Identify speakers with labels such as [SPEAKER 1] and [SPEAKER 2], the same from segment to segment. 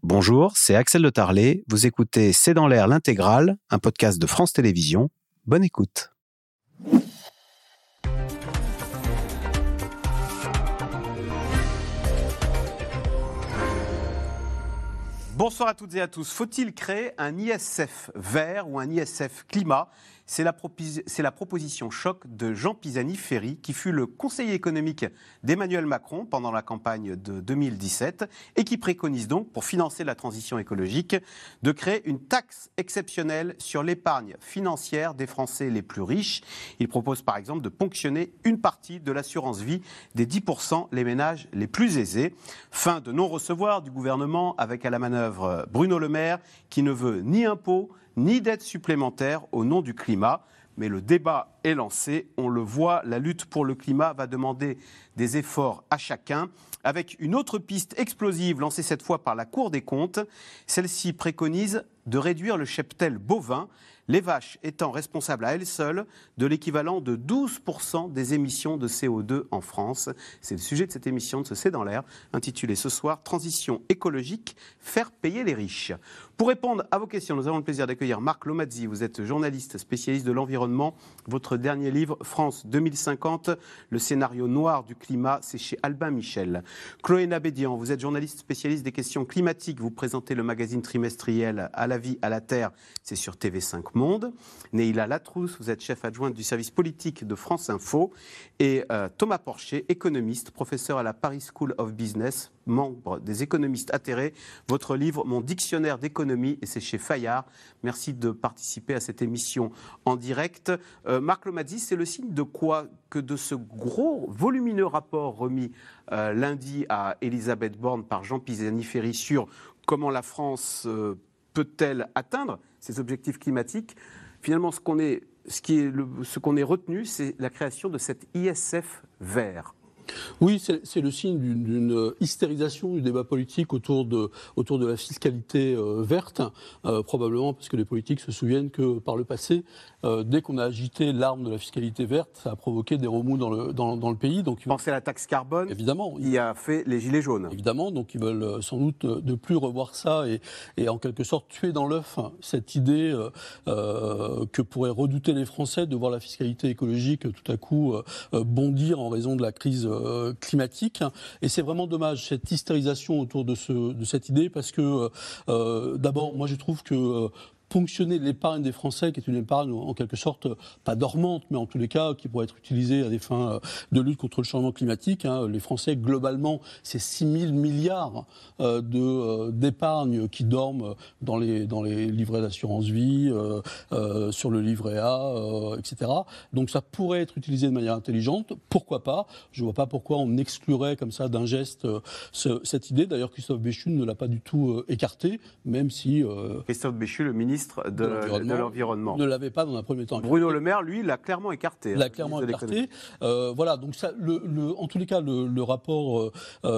[SPEAKER 1] Bonjour, c'est Axel de Tarlet. Vous écoutez C'est dans l'air l'intégrale, un podcast de France Télévisions. Bonne écoute. Bonsoir à toutes et à tous. Faut-il créer un ISF vert ou un ISF climat ? C'est la proposition choc de Jean Pisani-Ferry, qui fut le conseiller économique d'Emmanuel Macron pendant la campagne de 2017 et qui préconise donc, pour financer la transition écologique, de créer une taxe exceptionnelle sur l'épargne financière des Français les plus riches. Il propose par exemple de ponctionner une partie de l'assurance vie des 10% les ménages les plus aisés. Fin de non-recevoir du gouvernement avec à la manœuvre Bruno Le Maire qui ne veut ni impôts ni d'aide supplémentaire au nom du climat. Mais le débat est lancé, on le voit, la lutte pour le climat va demander des efforts à chacun, avec une autre piste explosive lancée cette fois par la Cour des comptes. Celle-ci préconise de réduire le cheptel bovin, les vaches étant responsables à elles seules de l'équivalent de 12% des émissions de CO2 en France. C'est le sujet de cette émission de ce C'est dans l'air, intitulée ce soir « Transition écologique, faire payer les riches ». Pour répondre à vos questions, nous avons le plaisir d'accueillir Marc Lomazzi. Vous êtes journaliste spécialiste de l'environnement. Votre dernier livre, France 2050, le scénario noir du climat, c'est chez Albin Michel. Chloé Nabédian, vous êtes journaliste spécialiste des questions climatiques. Vous présentez le magazine trimestriel À la vie, à la terre, c'est sur TV5 Monde. Neila Latrousse, vous êtes chef adjointe du service politique de France Info. Et Thomas Porcher, économiste, professeur à la Paris School of Business, membre des économistes atterrés. Votre livre, Mon dictionnaire d'économie, et c'est chez Fayard. Merci de participer à cette émission en direct. Marc Lomazzi, c'est le signe de quoi que de ce gros, volumineux rapport remis lundi à Elisabeth Borne par Jean Pisani-Ferry sur comment la France peut-elle atteindre ses objectifs climatiques. Finalement, ce qu'on est retenu, c'est la création de cet ISF vert.
[SPEAKER 2] Oui, c'est le signe d'une hystérisation du débat politique autour de la fiscalité verte, probablement parce que les politiques se souviennent que par le passé, dès qu'on a agité l'arme de la fiscalité verte, ça a provoqué des remous dans le pays. Donc,
[SPEAKER 1] pensez à la taxe carbone, évidemment, qui a fait les gilets jaunes.
[SPEAKER 2] Évidemment, donc ils veulent sans doute ne plus revoir ça et en quelque sorte tuer dans l'œuf cette idée que pourraient redouter les Français de voir la fiscalité écologique tout à coup bondir en raison de la crise climatique. Et c'est vraiment dommage, cette hystérisation autour de cette idée, parce que d'abord, moi je trouve que ponctionner l'épargne des Français, qui est une épargne en quelque sorte pas dormante, mais en tous les cas qui pourrait être utilisée à des fins de lutte contre le changement climatique. Les Français, globalement, c'est 6 000 milliards d'épargne qui dorment dans les livrets d'assurance vie, sur le livret A, etc. Donc ça pourrait être utilisé de manière intelligente. Pourquoi pas ? Je ne vois pas pourquoi on exclurait comme ça d'un geste cette idée. D'ailleurs, Christophe Béchu ne l'a pas du tout écarté, même si...
[SPEAKER 1] Christophe Béchu, le ministre de l'Environnement.
[SPEAKER 2] Ne l'avait pas dans un premier temps.
[SPEAKER 1] Bruno Le Maire, lui, l'a clairement écarté.
[SPEAKER 2] L'a clairement écarté. Voilà, donc ça, en tous les cas, le rapport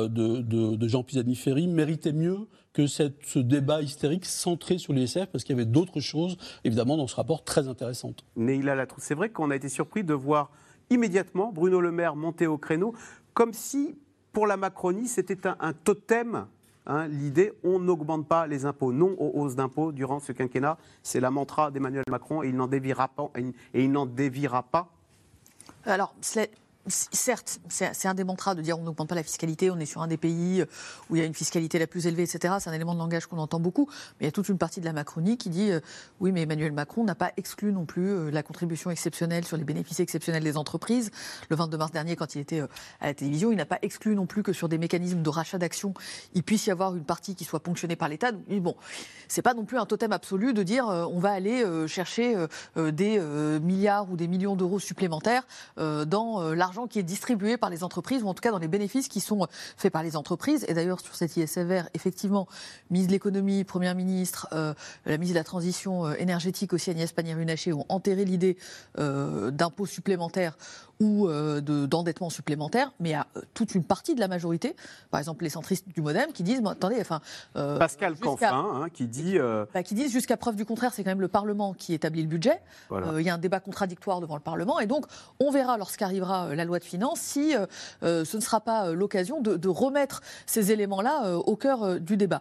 [SPEAKER 2] de Jean Pisani-Ferry méritait mieux que ce débat hystérique centré sur l'ISF, parce qu'il y avait d'autres choses, évidemment, dans ce rapport très intéressantes.
[SPEAKER 1] Neila Latrousse, c'est vrai qu'on a été surpris de voir immédiatement Bruno Le Maire monter au créneau, comme si, pour la Macronie, c'était un totem. L'idée, on n'augmente pas les impôts, non aux hausses d'impôts durant ce quinquennat. C'est la mantra d'Emmanuel Macron et il n'en déviera pas.
[SPEAKER 3] Alors, certes, c'est un des mantras de dire on n'augmente pas la fiscalité, on est sur un des pays où il y a une fiscalité la plus élevée, etc. C'est un élément de langage qu'on entend beaucoup. Mais il y a toute une partie de la Macronie qui dit oui, mais Emmanuel Macron n'a pas exclu non plus la contribution exceptionnelle sur les bénéfices exceptionnels des entreprises. Le 22 mars dernier, quand il était à la télévision, il n'a pas exclu non plus que sur des mécanismes de rachat d'actions, il puisse y avoir une partie qui soit ponctionnée par l'État. Donc, bon, c'est pas non plus un totem absolu de dire on va aller chercher des milliards ou des millions d'euros supplémentaires dans l'argent qui est distribué par les entreprises, ou en tout cas dans les bénéfices qui sont faits par les entreprises. Et d'ailleurs, sur cet ISF vert, effectivement, ministre de l'économie, Première ministre, la ministre de la transition énergétique aussi, Agnès Pannier-Runacher, ont enterré l'idée d'impôts supplémentaires ou d'endettement supplémentaire, mais il y a toute une partie de la majorité, par exemple les centristes du MoDem, qui disent, attendez, enfin...
[SPEAKER 1] Pascal Canfin, qui dit...
[SPEAKER 3] qui disent, jusqu'à preuve du contraire, c'est quand même le Parlement qui établit le budget. Voilà. Il y a un débat contradictoire devant le Parlement, et donc on verra lorsqu'arrivera la loi de finances si ce ne sera pas l'occasion de remettre ces éléments-là au cœur du débat.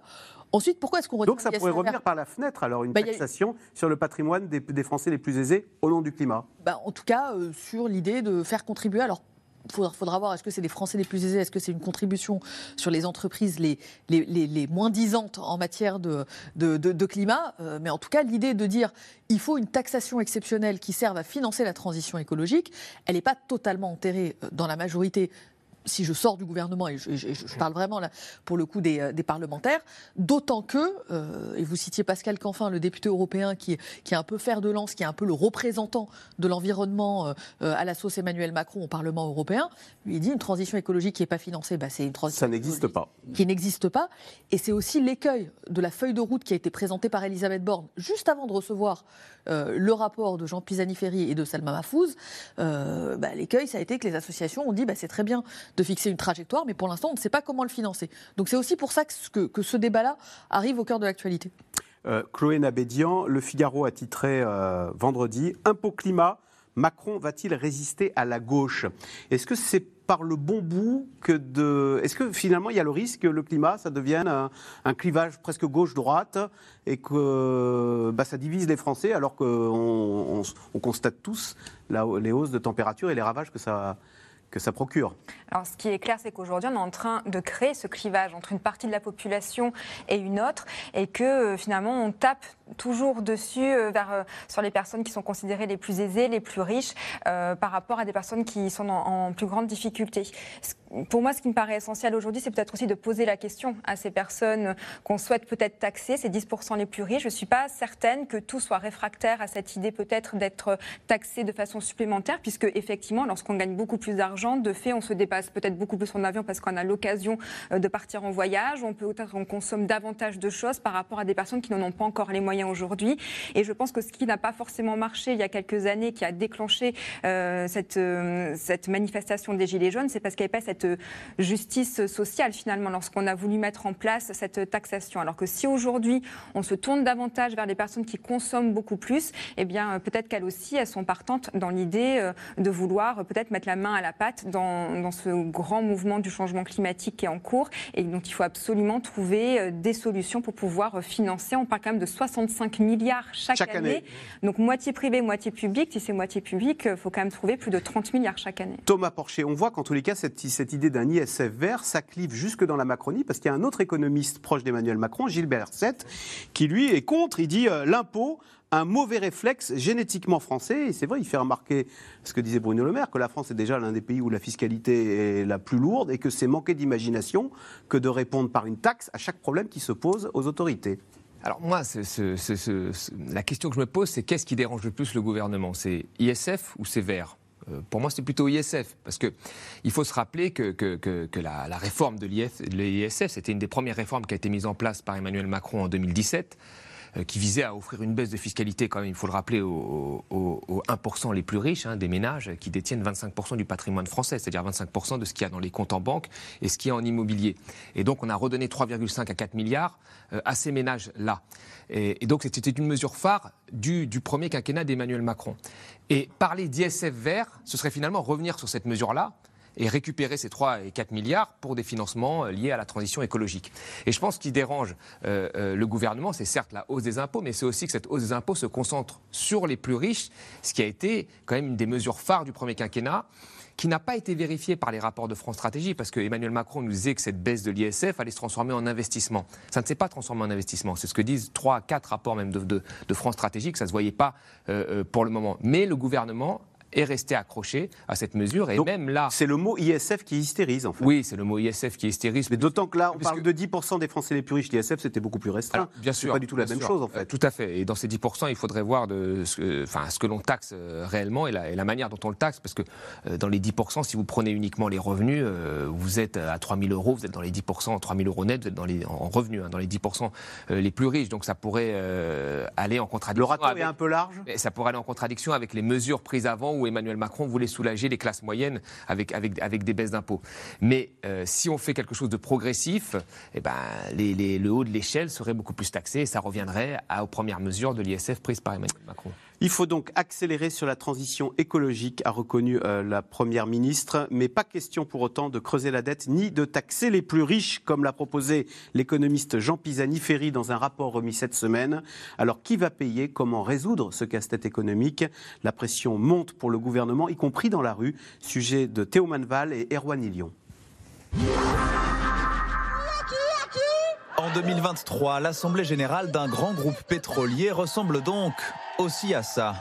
[SPEAKER 3] Ensuite, pourquoi est-ce qu'on retire
[SPEAKER 1] Donc ça pourrait revenir par la fenêtre, alors, une taxation sur le patrimoine des Français les plus aisés au nom du climat.
[SPEAKER 3] En tout cas, sur l'idée de faire contribuer. Alors, il faudra voir, est-ce que c'est les Français les plus aisés, est-ce que c'est une contribution sur les entreprises les moins disantes en matière de climat, mais en tout cas, l'idée de dire il faut une taxation exceptionnelle qui serve à financer la transition écologique, elle n'est pas totalement enterrée dans la majorité. Si je sors du gouvernement, et je parle vraiment là, pour le coup des parlementaires, d'autant que, et vous citiez Pascal Canfin, le député européen qui est un peu fer de lance, qui est un peu le représentant de l'environnement à la sauce Emmanuel Macron au Parlement européen, lui il dit une transition écologique qui n'est pas financée, c'est une transition qui n'existe pas. Et c'est aussi l'écueil de la feuille de route qui a été présentée par Elisabeth Borne juste avant de recevoir le rapport de Jean Pisani-Ferry et de Salma Mahfouz. L'écueil, ça a été que les associations ont dit c'est très bien de fixer une trajectoire, mais pour l'instant, on ne sait pas comment le financer. Donc c'est aussi pour ça que ce débat-là arrive au cœur de l'actualité.
[SPEAKER 1] Chloé Nabédian, Le Figaro a titré vendredi « Impôt climat, Macron va-t-il résister à la gauche ?» Est-ce que c'est par le bon bout Est-ce que finalement il y a le risque que le climat, ça devienne un clivage presque gauche-droite et que ça divise les Français alors qu'on constate tous les hausses de température et les ravages que ça procure?
[SPEAKER 4] Alors, ce qui est clair, c'est qu'aujourd'hui, on est en train de créer ce clivage entre une partie de la population et une autre, et que finalement, on tape toujours dessus sur les personnes qui sont considérées les plus aisées, les plus riches, par rapport à des personnes qui sont en plus grande difficulté. Pour moi, ce qui me paraît essentiel aujourd'hui, c'est peut-être aussi de poser la question à ces personnes qu'on souhaite peut-être taxer, ces 10% les plus riches. Je ne suis pas certaine que tout soit réfractaire à cette idée peut-être d'être taxé de façon supplémentaire, puisque effectivement, lorsqu'on gagne beaucoup plus d'argent, de fait, on se dépasse peut-être beaucoup plus en avion parce qu'on a l'occasion de partir en voyage. On consomme davantage de choses par rapport à des personnes qui n'en ont pas encore les moyens aujourd'hui. Et je pense que ce qui n'a pas forcément marché il y a quelques années, qui a déclenché cette manifestation des Gilets jaunes, c'est parce qu'il n'y avait pas cette justice sociale finalement lorsqu'on a voulu mettre en place cette taxation. Alors que si aujourd'hui on se tourne davantage vers les personnes qui consomment beaucoup plus, eh bien peut-être qu'elles aussi elles sont partantes dans l'idée de vouloir peut-être mettre la main à la pâte dans ce grand mouvement du changement climatique qui est en cours, et donc il faut absolument trouver des solutions pour pouvoir financer. On parle quand même de 65 milliards chaque année. Donc moitié privé, moitié public. Si c'est moitié public, il faut quand même trouver plus de 30 milliards chaque année.
[SPEAKER 1] Thomas Porcher, on voit qu'en tous les cas, cette idée d'un ISF vert, ça clive jusque dans la Macronie, parce qu'il y a un autre économiste proche d'Emmanuel Macron, Gilbert Ercet, qui lui est contre. Il dit l'impôt, un mauvais réflexe génétiquement français. Et c'est vrai, il fait remarquer ce que disait Bruno Le Maire, que la France est déjà l'un des pays où la fiscalité est la plus lourde et que c'est manquer d'imagination que de répondre par une taxe à chaque problème qui se pose aux autorités.
[SPEAKER 5] Alors moi, la question que je me pose, c'est qu'est-ce qui dérange le plus le gouvernement ? C'est ISF ou c'est vert ? Pour moi, c'est plutôt ISF, parce qu'il faut se rappeler que la réforme de l'ISF, c'était une des premières réformes qui a été mise en place par Emmanuel Macron en 2017, qui visait à offrir une baisse de fiscalité, quand même, il faut le rappeler, aux 1% les plus riches des ménages qui détiennent 25% du patrimoine français, c'est-à-dire 25% de ce qu'il y a dans les comptes en banque et ce qu'il y a en immobilier. Et donc, on a redonné 3,5 à 4 milliards à ces ménages-là. Et donc, c'était une mesure phare du premier quinquennat d'Emmanuel Macron. Et parler d'ISF vert, ce serait finalement revenir sur cette mesure-là et récupérer ces 3 et 4 milliards pour des financements liés à la transition écologique. Et je pense qu'il dérange le gouvernement, c'est certes la hausse des impôts, mais c'est aussi que cette hausse des impôts se concentre sur les plus riches, ce qui a été quand même une des mesures phares du premier quinquennat, qui n'a pas été vérifiée par les rapports de France Stratégie, parce que Emmanuel Macron nous disait que cette baisse de l'ISF allait se transformer en investissement. Ça ne s'est pas transformé en investissement. C'est ce que disent 3 à 4 rapports même de France Stratégie, que ça ne se voyait pas pour le moment. Mais le gouvernement est resté accroché à cette mesure. Et donc, même là...
[SPEAKER 1] C'est le mot ISF qui hystérise, en fait.
[SPEAKER 5] Oui, c'est le mot ISF qui hystérise.
[SPEAKER 1] Mais d'autant que là, on parle de 10% des Français les plus riches. L'ISF, c'était beaucoup plus restreint.
[SPEAKER 5] Alors, bien sûr.
[SPEAKER 1] C'est pas du tout la même chose, en fait.
[SPEAKER 5] Tout à fait. Et dans ces 10%, il faudrait voir ce que l'on taxe réellement et la manière dont on le taxe. Parce que dans les 10%, si vous prenez uniquement les revenus, vous êtes à 3 000 euros, vous êtes dans les 10%, 3 000 euros net, vous êtes en revenus, dans les 10% les plus riches. Donc ça pourrait aller en contradiction.
[SPEAKER 1] Le râteau est un peu large.
[SPEAKER 5] Ça pourrait aller en contradiction avec les mesures prises avant où Emmanuel Macron voulait soulager les classes moyennes avec des baisses d'impôts. Mais si on fait quelque chose de progressif, le haut de l'échelle serait beaucoup plus taxé et ça reviendrait aux premières mesures de l'ISF prises par Emmanuel Macron.
[SPEAKER 1] Il faut donc accélérer sur la transition écologique, a reconnu la Première ministre, mais pas question pour autant de creuser la dette ni de taxer les plus riches, comme l'a proposé l'économiste Jean Pisani-Ferry dans un rapport remis cette semaine. Alors qui va payer? Comment résoudre ce casse-tête économique? La pression monte pour le gouvernement, y compris dans la rue. Sujet de Théo Manval et Erwan Ilion.
[SPEAKER 6] En 2023, l'Assemblée générale d'un grand groupe pétrolier ressemble donc aussi à ça.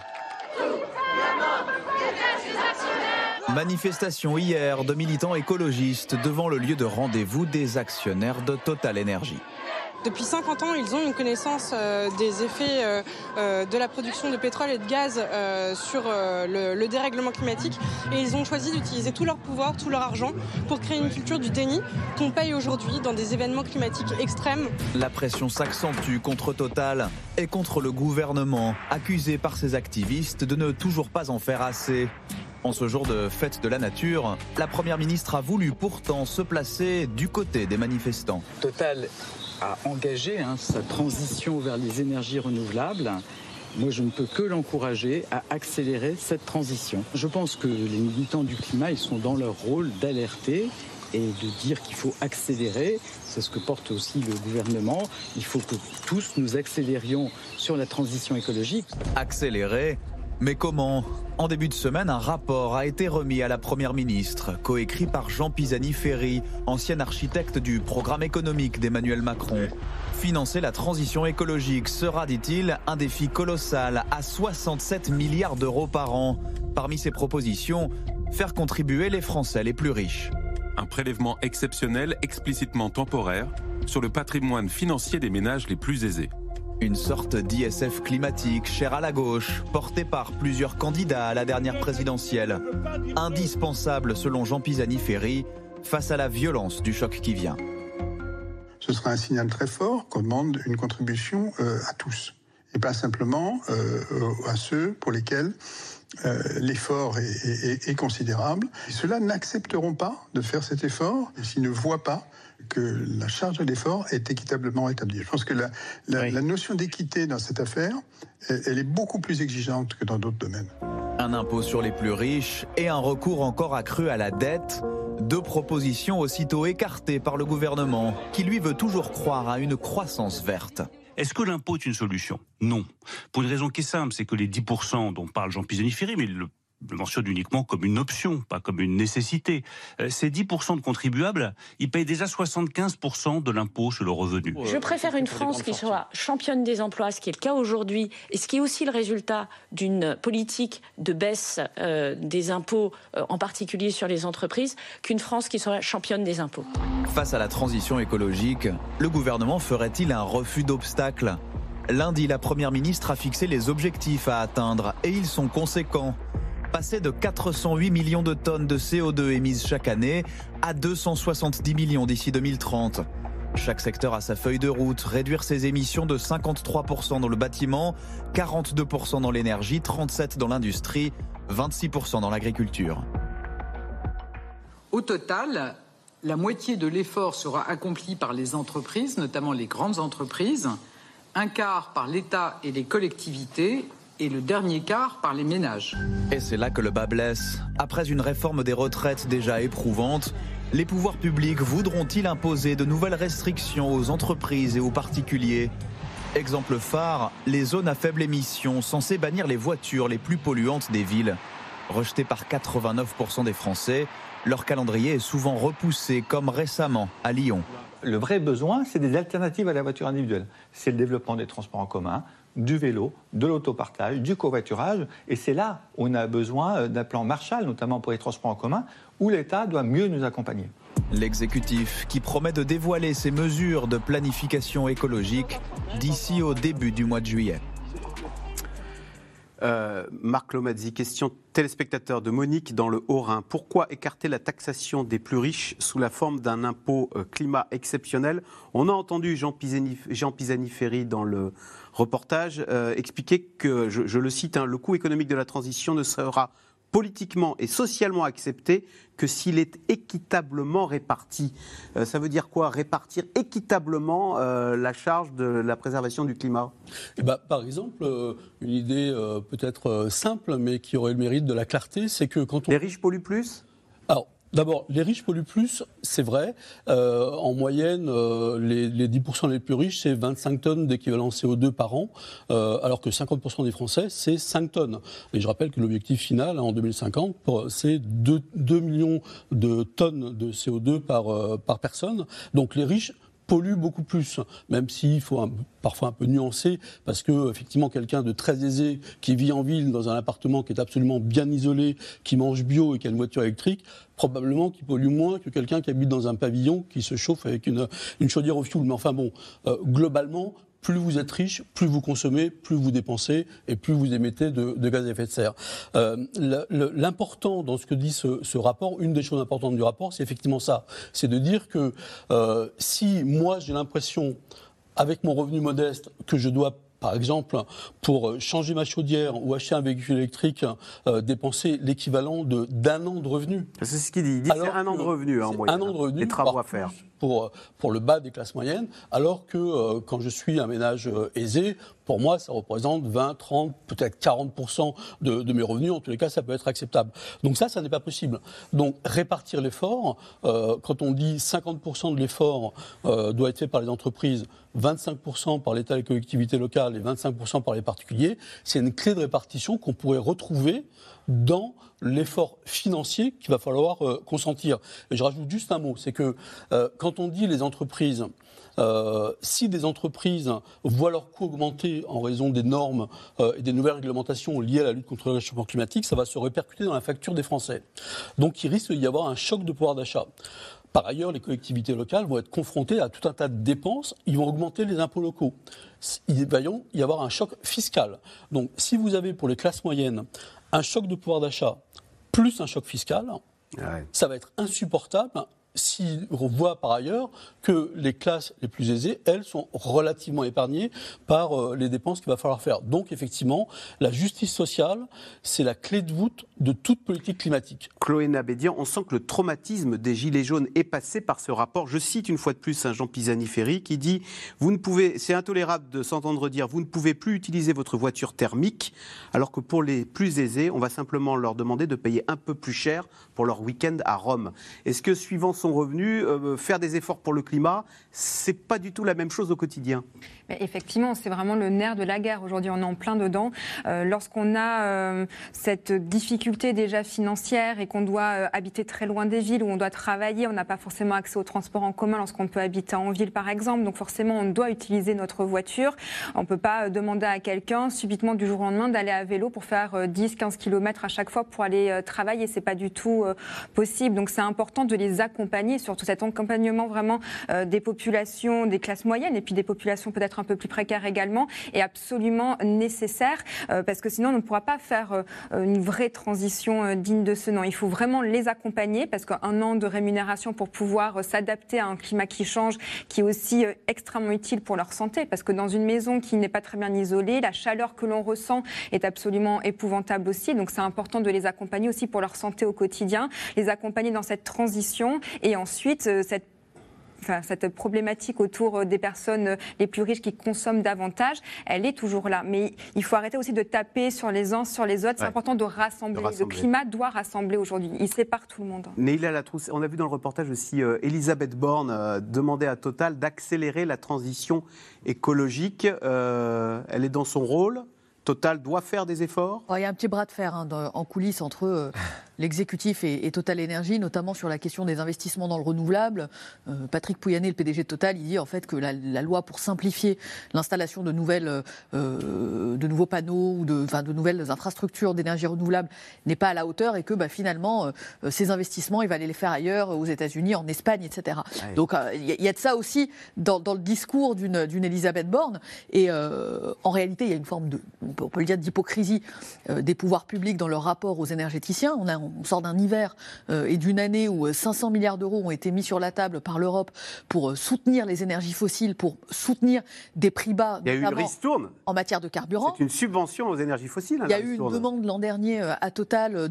[SPEAKER 6] Manifestation hier de militants écologistes devant le lieu de rendez-vous des actionnaires de Total Energy.
[SPEAKER 7] Depuis 50 ans, ils ont une connaissance des effets de la production de pétrole et de gaz sur le dérèglement climatique. Et ils ont choisi d'utiliser tout leur pouvoir, tout leur argent pour créer une culture du déni qu'on paye aujourd'hui dans des événements climatiques extrêmes. La pression s'accentue contre Total et contre le gouvernement, accusé par ses activistes de ne toujours pas en faire assez. En ce jour de fête de la nature, la Première ministre a voulu pourtant se placer du côté des manifestants.
[SPEAKER 8] Total a engagé sa transition vers les énergies renouvelables. Moi, je ne peux que l'encourager à accélérer cette transition. Je pense que les militants du climat, ils sont dans leur rôle d'alerter et de dire qu'il faut accélérer. C'est ce que porte aussi le gouvernement. Il faut que tous nous accélérions sur la transition écologique.
[SPEAKER 6] Accélérer ? Mais comment ? En début de semaine, un rapport a été remis à la Première ministre, coécrit par Jean Pisani-Ferry, ancien architecte du programme économique d'Emmanuel Macron. Financer la transition écologique sera, dit-il, un défi colossal à 67 milliards d'euros par an. Parmi ses propositions, faire contribuer les Français les plus riches.
[SPEAKER 9] Un prélèvement exceptionnel explicitement temporaire sur le patrimoine financier des ménages les plus aisés.
[SPEAKER 6] Une sorte d'ISF climatique, chère à la gauche, portée par plusieurs candidats à la dernière présidentielle. Indispensable, selon Jean Pisani-Ferry, face à la violence du choc qui vient.
[SPEAKER 10] Ce sera un signal très fort qu'on demande une contribution à tous, et pas simplement à ceux pour lesquels l'effort est considérable. Et ceux-là n'accepteront pas de faire cet effort s'ils ne voient pas que la charge de l'effort est équitablement établie. Je pense que la notion d'équité dans cette affaire, elle est beaucoup plus exigeante que dans d'autres domaines.
[SPEAKER 6] Un impôt sur les plus riches et un recours encore accru à la dette. Deux propositions aussitôt écartées par le gouvernement, qui lui veut toujours croire à une croissance verte.
[SPEAKER 11] Est-ce que l'impôt est une solution ? Non. Pour une raison qui est simple, c'est que les 10% dont parle Jean Pisani-Ferry, mais le mentionne uniquement comme une option, pas comme une nécessité. Ces 10% de contribuables, ils payent déjà 75% de l'impôt sur le revenu.
[SPEAKER 12] Je préfère une France qui soit championne des emplois, ce qui est le cas aujourd'hui, et ce qui est aussi le résultat d'une politique de baisse des impôts, en particulier sur les entreprises, qu'une France qui soit championne des impôts.
[SPEAKER 6] Face à la transition écologique, le gouvernement ferait-il un refus d'obstacles ? Lundi, la Première ministre a fixé les objectifs à atteindre, et ils sont conséquents. Passer de 408 millions de tonnes de CO2 émises chaque année à 270 millions d'ici 2030. Chaque secteur a sa feuille de route, réduire ses émissions de 53% dans le bâtiment, 42% dans l'énergie, 37% dans l'industrie, 26% dans l'agriculture.
[SPEAKER 13] Au total, la moitié de l'effort sera accompli par les entreprises, notamment les grandes entreprises, un quart par l'État et les collectivités, et le dernier quart par les ménages.
[SPEAKER 6] Et c'est là que le bas blesse. Après une réforme des retraites déjà éprouvante, les pouvoirs publics voudront-ils imposer de nouvelles restrictions aux entreprises et aux particuliers ? Exemple phare, les zones à faible émission censées bannir les voitures les plus polluantes des villes. Rejetées par 89% des Français, leur calendrier est souvent repoussé, comme récemment à Lyon.
[SPEAKER 14] Le vrai besoin, c'est des alternatives à la voiture individuelle. C'est le développement des transports en commun, du vélo, de l'autopartage, du covoiturage. Et c'est là où on a besoin d'un plan Marshall, notamment pour les transports en commun, où l'État doit mieux nous accompagner.
[SPEAKER 6] L'exécutif qui promet de dévoiler ses mesures de planification écologique d'ici au début du mois de juillet.
[SPEAKER 1] Marc Lomazzi, question téléspectateur de Monique dans le Haut-Rhin. Pourquoi écarter la taxation des plus riches sous la forme d'un impôt climat exceptionnel ? On a entendu Jean Pisani-Ferry dans le reportage expliquer que, je le cite, le coût économique de la transition ne sera politiquement et socialement accepté que s'il est équitablement réparti. Ça veut dire quoi, répartir équitablement la charge de la préservation du climat ?
[SPEAKER 2] Par exemple, une idée peut-être simple, mais qui aurait le mérite de la clarté, c'est que quand on...
[SPEAKER 1] Les riches polluent plus ?
[SPEAKER 2] Alors, d'abord, les riches polluent plus, c'est vrai. En moyenne, les 10% les plus riches, c'est 25 tonnes d'équivalent CO2 par an, alors que 50% des Français, c'est 5 tonnes. Et je rappelle que l'objectif final, en 2050, c'est 2 millions de tonnes de CO2 par personne. Donc les riches pollue beaucoup plus, même s'il faut parfois un peu nuancer, parce que effectivement quelqu'un de très aisé qui vit en ville dans un appartement qui est absolument bien isolé, qui mange bio et qui a une voiture électrique, probablement qu'il pollue moins que quelqu'un qui habite dans un pavillon qui se chauffe avec une chaudière au fioul. Mais enfin bon, globalement, plus vous êtes riche, plus vous consommez, plus vous dépensez et plus vous émettez de gaz à effet de serre. L'important dans ce que dit ce rapport, une des choses importantes du rapport, c'est effectivement ça. C'est de dire que si moi j'ai l'impression, avec mon revenu modeste, que je dois, par exemple, pour changer ma chaudière ou acheter un véhicule électrique, dépenser l'équivalent d'un an de revenus.
[SPEAKER 1] C'est ce qu'il dit. Il dit c'est un an de revenus en moyenne.
[SPEAKER 2] Un an de revenus.
[SPEAKER 1] Les travaux à faire.
[SPEAKER 2] Pour le bas des classes moyennes, alors que quand je suis un ménage aisé, pour moi, ça représente 20, 30, peut-être 40% de mes revenus. En tous les cas, ça peut être acceptable. Donc ça n'est pas possible. Donc répartir l'effort, quand on dit 50% de l'effort doit être fait par les entreprises, 25% par l'État et les collectivités locales et 25% par les particuliers, c'est une clé de répartition qu'on pourrait retrouver dans l'effort financier qu'il va falloir consentir. Et je rajoute juste un mot, c'est que quand on dit les entreprises, si des entreprises voient leurs coûts augmenter en raison des normes et des nouvelles réglementations liées à la lutte contre le réchauffement climatique, ça va se répercuter dans la facture des Français. Donc il risque d'y avoir un choc de pouvoir d'achat. Par ailleurs, les collectivités locales vont être confrontées à tout un tas de dépenses, ils vont augmenter les impôts locaux. Il va y avoir un choc fiscal. Donc si vous avez pour les classes moyennes un choc de pouvoir d'achat plus un choc fiscal, ça va être insupportable si on voit par ailleurs que les classes les plus aisées, elles, sont relativement épargnées par les dépenses qu'il va falloir faire. Donc, effectivement, la justice sociale, c'est la clé de voûte de toute politique climatique.
[SPEAKER 1] Chloé Nabédian, on sent que le traumatisme des Gilets jaunes est passé par ce rapport. Je cite une fois de plus Jean Pisani-Ferry qui dit « C'est intolérable de s'entendre dire « Vous ne pouvez plus utiliser votre voiture thermique », alors que pour les plus aisés, on va simplement leur demander de payer un peu plus cher pour leur week-end à Rome. » Est-ce que, suivant son revenu, faire des efforts pour le climat, c'est pas du tout la même chose au quotidien?
[SPEAKER 4] Mais effectivement, c'est vraiment le nerf de la guerre. Aujourd'hui, on est en plein dedans. Lorsqu'on a cette difficulté déjà financière et qu'on doit habiter très loin des villes où on doit travailler, on n'a pas forcément accès aux transports en commun lorsqu'on peut habiter en ville, par exemple. Donc forcément, on doit utiliser notre voiture. On ne peut pas demander à quelqu'un subitement du jour au lendemain d'aller à vélo pour faire 10-15 km à chaque fois pour aller travailler. C'est pas du tout possible. Donc c'est important de les accompagner, surtout cet accompagnement vraiment des populations, des classes moyennes et puis des populations peut-être un peu plus précaires également, est absolument nécessaire parce que sinon on ne pourra pas faire une vraie transition digne de ce nom. Il faut vraiment les accompagner parce qu'un an de rémunération pour pouvoir s'adapter à un climat qui change, qui est aussi extrêmement utile pour leur santé, parce que dans une maison qui n'est pas très bien isolée, la chaleur que l'on ressent est absolument épouvantable aussi. Donc c'est important de les accompagner aussi pour leur santé au quotidien, les accompagner dans cette transition et ensuite cette problématique autour des personnes les plus riches qui consomment davantage, elle est toujours là. Mais il faut arrêter aussi de taper sur les uns, sur les autres. C'est important de rassembler. Le climat doit rassembler aujourd'hui. Il sépare tout le monde.
[SPEAKER 1] Neila Latrousse, on a vu dans le reportage aussi Elisabeth Borne demander à Total d'accélérer la transition écologique. Elle est dans son rôle. Total doit faire des efforts.
[SPEAKER 3] Il y a un petit bras de fer en coulisses entre l'exécutif et Total Énergie, notamment sur la question des investissements dans le renouvelable. Patrick Pouyanné, le PDG de Total, il dit en fait que la loi pour simplifier l'installation de nouveaux panneaux ou de nouvelles infrastructures d'énergie renouvelable n'est pas à la hauteur et que finalement ces investissements, il va aller les faire ailleurs, aux États-Unis, en Espagne, etc. Ouais. Donc il y a de ça aussi dans le discours d'une Elisabeth Borne. Et en réalité, il y a une forme on peut le dire, d'hypocrisie des pouvoirs publics dans leur rapport aux énergéticiens. On on sort d'un hiver et d'une année où 500 milliards d'euros ont été mis sur la table par l'Europe pour soutenir les énergies fossiles, pour soutenir des prix bas,
[SPEAKER 1] il y a eu une ristourne
[SPEAKER 3] en matière de carburant.
[SPEAKER 1] C'est une subvention aux énergies fossiles.
[SPEAKER 3] Il y a eu une demande l'an dernier à Total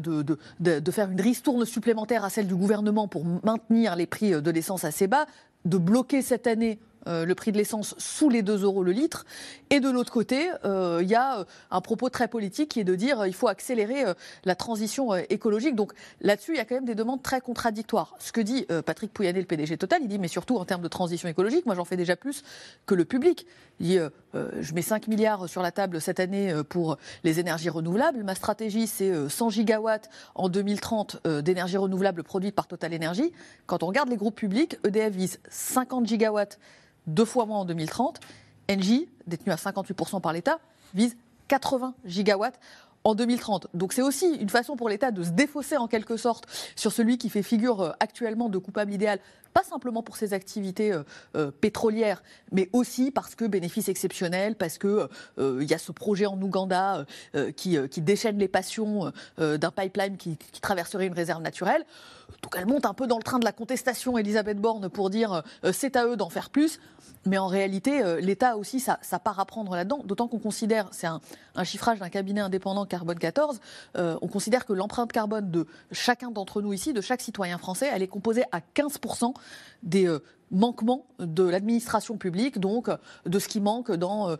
[SPEAKER 3] de faire une ristourne supplémentaire à celle du gouvernement pour maintenir les prix de l'essence assez bas, de bloquer cette année le prix de l'essence sous les 2 euros le litre. Et de l'autre côté, il y a un propos très politique qui est de dire il faut accélérer la transition écologique. Donc là-dessus, il y a quand même des demandes très contradictoires. Ce que dit Patrick Pouyanné, le PDG Total, il dit mais surtout en termes de transition écologique, moi j'en fais déjà plus que le public. Il dit je mets 5 milliards sur la table cette année pour les énergies renouvelables. Ma stratégie, c'est 100 gigawatts en 2030 d'énergie renouvelable produite par Total Énergie. Quand on regarde les groupes publics, EDF vise 50 gigawatts 2 fois moins en 2030. Engie, détenu à 58% par l'État, vise 80 gigawatts en 2030. Donc c'est aussi une façon pour l'État de se défausser en quelque sorte sur celui qui fait figure actuellement de coupable idéal, pas simplement pour ses activités pétrolières, mais aussi parce que bénéfice exceptionnel, parce que y a ce projet en Ouganda qui déchaîne les passions d'un pipeline qui traverserait une réserve naturelle. Donc elle monte un peu dans le train de la contestation, Elisabeth Borne, pour dire c'est à eux d'en faire plus. Mais en réalité, l'État a aussi sa part à prendre là-dedans, d'autant qu'on considère, c'est un chiffrage d'un cabinet indépendant Carbone 14, on considère que l'empreinte carbone de chacun d'entre nous ici, de chaque citoyen français, elle est composée à 15% des manquements de l'administration publique, donc de ce qui manque dans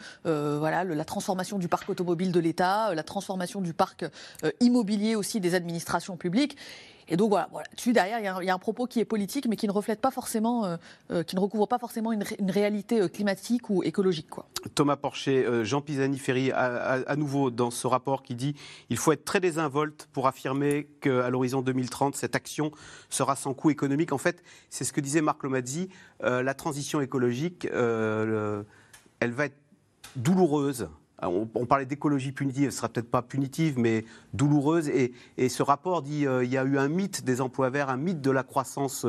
[SPEAKER 3] la transformation du parc automobile de l'État, la transformation du parc immobilier aussi des administrations publiques. Et donc voilà, dessus derrière, il y a un propos qui est politique, mais qui ne reflète pas forcément, qui ne recouvre pas forcément une réalité climatique ou écologique, quoi.
[SPEAKER 1] Thomas Porcher, Jean Pisani-Ferry, à nouveau dans ce rapport qui dit il faut être très désinvolte pour affirmer qu'à l'horizon 2030, cette action sera sans coût économique. En fait, c'est ce que disait Marc Lomazzi, la transition écologique, elle va être douloureuse. On parlait d'écologie punitive, ce ne sera peut-être pas punitive, mais douloureuse. Et ce rapport dit il y a eu un mythe des emplois verts, un mythe de la croissance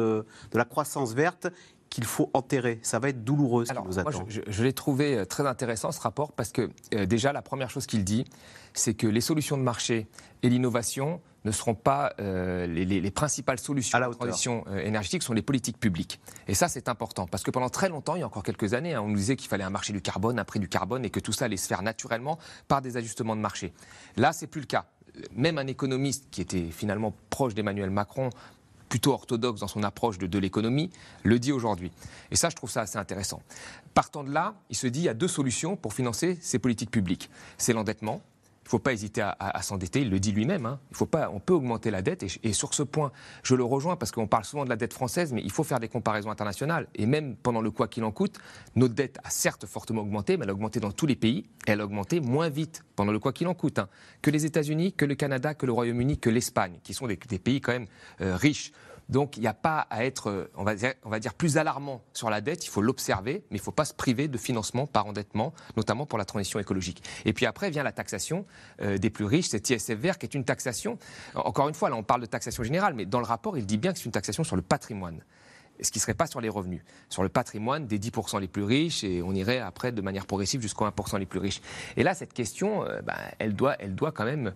[SPEAKER 1] verte qu'il faut enterrer. Ça va être douloureux ce qui nous attend.
[SPEAKER 5] Moi, je l'ai trouvé très intéressant ce rapport parce que déjà la première chose qu'il dit, c'est que les solutions de marché et l'innovation ne seront pas les principales solutions à la transition énergétique, sont les politiques publiques. Et ça, c'est important, parce que pendant très longtemps, il y a encore quelques années, on nous disait qu'il fallait un marché du carbone, un prix du carbone, et que tout ça allait se faire naturellement par des ajustements de marché. Là, c'est plus le cas. Même un économiste qui était finalement proche d'Emmanuel Macron, plutôt orthodoxe dans son approche de l'économie, le dit aujourd'hui. Et ça, je trouve ça assez intéressant. Partant de là, il se dit qu'il y a 2 solutions pour financer ces politiques publiques. C'est l'endettement. Il ne faut pas hésiter à s'endetter, il le dit lui-même. Hein. On peut augmenter la dette. Et sur ce point, je le rejoins parce qu'on parle souvent de la dette française, mais il faut faire des comparaisons internationales. Et même pendant le quoi qu'il en coûte, notre dette a certes fortement augmenté, mais elle a augmenté dans tous les pays. Et elle a augmenté moins vite pendant le quoi qu'il en coûte que les États-Unis, que le Canada, que le Royaume-Uni, que l'Espagne, qui sont des pays quand même riches. Donc il n'y a pas à être, on va dire, plus alarmant sur la dette, il faut l'observer, mais il ne faut pas se priver de financement par endettement, notamment pour la transition écologique. Et puis après vient la taxation des plus riches, cet ISF vert qui est une taxation, encore une fois, là on parle de taxation générale, mais dans le rapport il dit bien que c'est une taxation sur le patrimoine. Ce qui ne serait pas sur les revenus, sur le patrimoine des 10% les plus riches, et on irait après de manière progressive jusqu'aux 1% les plus riches. Et là, cette question, elle doit quand même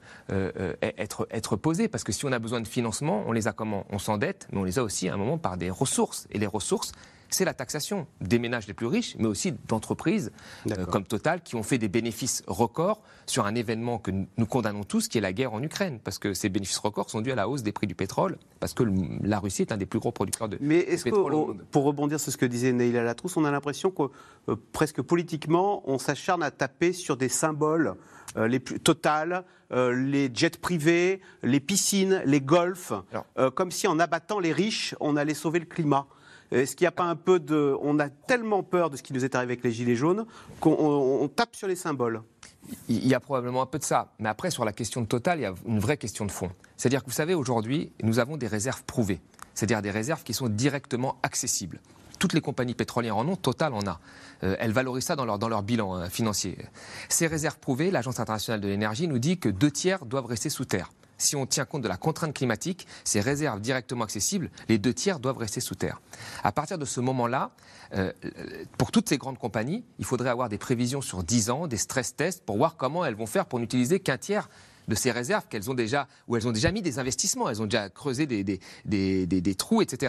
[SPEAKER 5] être posée, parce que si on a besoin de financement, on les a comment ? On s'endette, mais on les a aussi à un moment par des ressources. Et les ressources, c'est la taxation des ménages les plus riches, mais aussi d'entreprises comme Total, qui ont fait des bénéfices records sur un événement que nous condamnons tous, qui est la guerre en Ukraine, parce que ces bénéfices records sont dus à la hausse des prix du pétrole, parce que la Russie est un des plus gros producteurs de pétrole.
[SPEAKER 1] Mais est-ce que, pour rebondir sur ce que disait Neila Latrousse, on a l'impression que presque politiquement, on s'acharne à taper sur des symboles, Total, les jets privés, les piscines, les golfs, comme si en abattant les riches, on allait sauver le climat. Est-ce qu'il n'y a pas un peu de... On a tellement peur de ce qui nous est arrivé avec les Gilets jaunes qu'on tape sur les symboles.
[SPEAKER 5] Il y a probablement un peu de ça. Mais après, sur la question de Total, il y a une vraie question de fond. C'est-à-dire que vous savez, aujourd'hui, nous avons des réserves prouvées. C'est-à-dire des réserves qui sont directement accessibles. Toutes les compagnies pétrolières en ont, Total en a. Elles valorisent ça dans leur bilan financier. Ces réserves prouvées, l'Agence internationale de l'énergie nous dit que 2/3 doivent rester sous terre. Si on tient compte de la contrainte climatique, ces réserves directement accessibles, les 2/3 doivent rester sous terre. À partir de ce moment-là, pour toutes ces grandes compagnies, il faudrait avoir des prévisions sur 10 ans, des stress tests pour voir comment elles vont faire pour n'utiliser qu'1/3 de ces réserves où elles ont déjà mis des investissements, elles ont déjà creusé des trous, etc.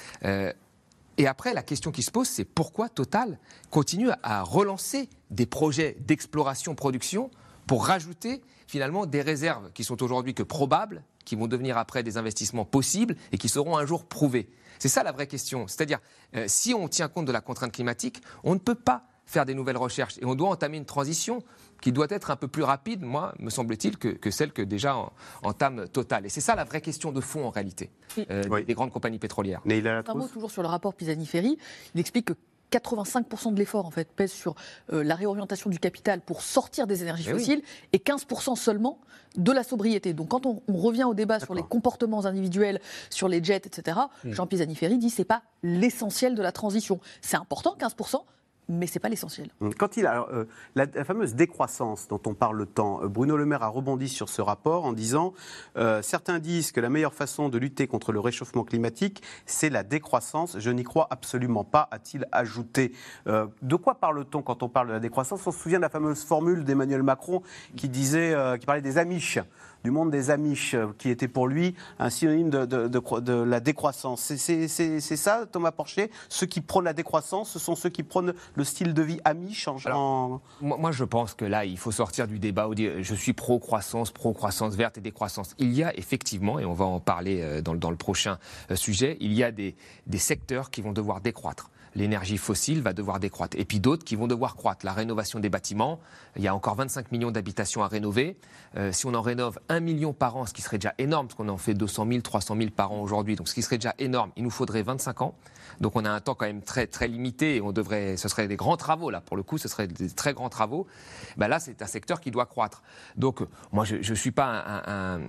[SPEAKER 5] Et après, la question qui se pose, c'est pourquoi Total continue à relancer des projets d'exploration-production pour rajouter finalement des réserves qui sont aujourd'hui que probables, qui vont devenir après des investissements possibles et qui seront un jour prouvés. C'est ça la vraie question. C'est-à-dire, si on tient compte de la contrainte climatique, on ne peut pas faire des nouvelles recherches. Et on doit entamer une transition qui doit être un peu plus rapide, moi, me semble-t-il, que celle que déjà entame Total. Et c'est ça la vraie question de fond, en réalité, des grandes compagnies pétrolières.
[SPEAKER 3] Un mot toujours sur le rapport Pisani-Ferry. Il explique que 85% de l'effort en fait, pèse sur la réorientation du capital pour sortir des énergies fossiles et 15% seulement de la sobriété. Donc quand on revient au débat sur les comportements individuels, sur les jets, etc., Jean Pisani-Ferry dit que ce n'est pas l'essentiel de la transition. C'est important, 15%, mais ce n'est pas l'essentiel.
[SPEAKER 1] Quand la fameuse décroissance dont on parle tant, Bruno Le Maire a rebondi sur ce rapport en disant certains disent que la meilleure façon de lutter contre le réchauffement climatique, c'est la décroissance. Je n'y crois absolument pas, a-t-il ajouté. De quoi parle-t-on quand on parle de la décroissance ? On se souvient de la fameuse formule d'Emmanuel Macron qui parlait des Amish, du monde des Amish, qui était pour lui un synonyme de la décroissance. C'est ça, Thomas Porcher ? Ceux qui prônent la décroissance, ce sont ceux qui prônent le style de vie Amish
[SPEAKER 5] Moi, je pense que là, il faut sortir du débat où dire je suis pro-croissance verte et décroissance. Il y a effectivement, et on va en parler dans le prochain sujet, il y a des secteurs qui vont devoir décroître. L'énergie fossile va devoir décroître. Et puis d'autres qui vont devoir croître. La rénovation des bâtiments, il y a encore 25 millions d'habitations à rénover. Si on en rénove 1 million par an, ce qui serait déjà énorme, parce qu'on en fait 200 000, 300 000 par an aujourd'hui, donc ce qui serait déjà énorme, il nous faudrait 25 ans. Donc on a un temps quand même très, très limité et ce serait des grands travaux, là, pour le coup, ce serait des très grands travaux. Ben là, c'est un secteur qui doit croître. Donc moi, je ne suis pas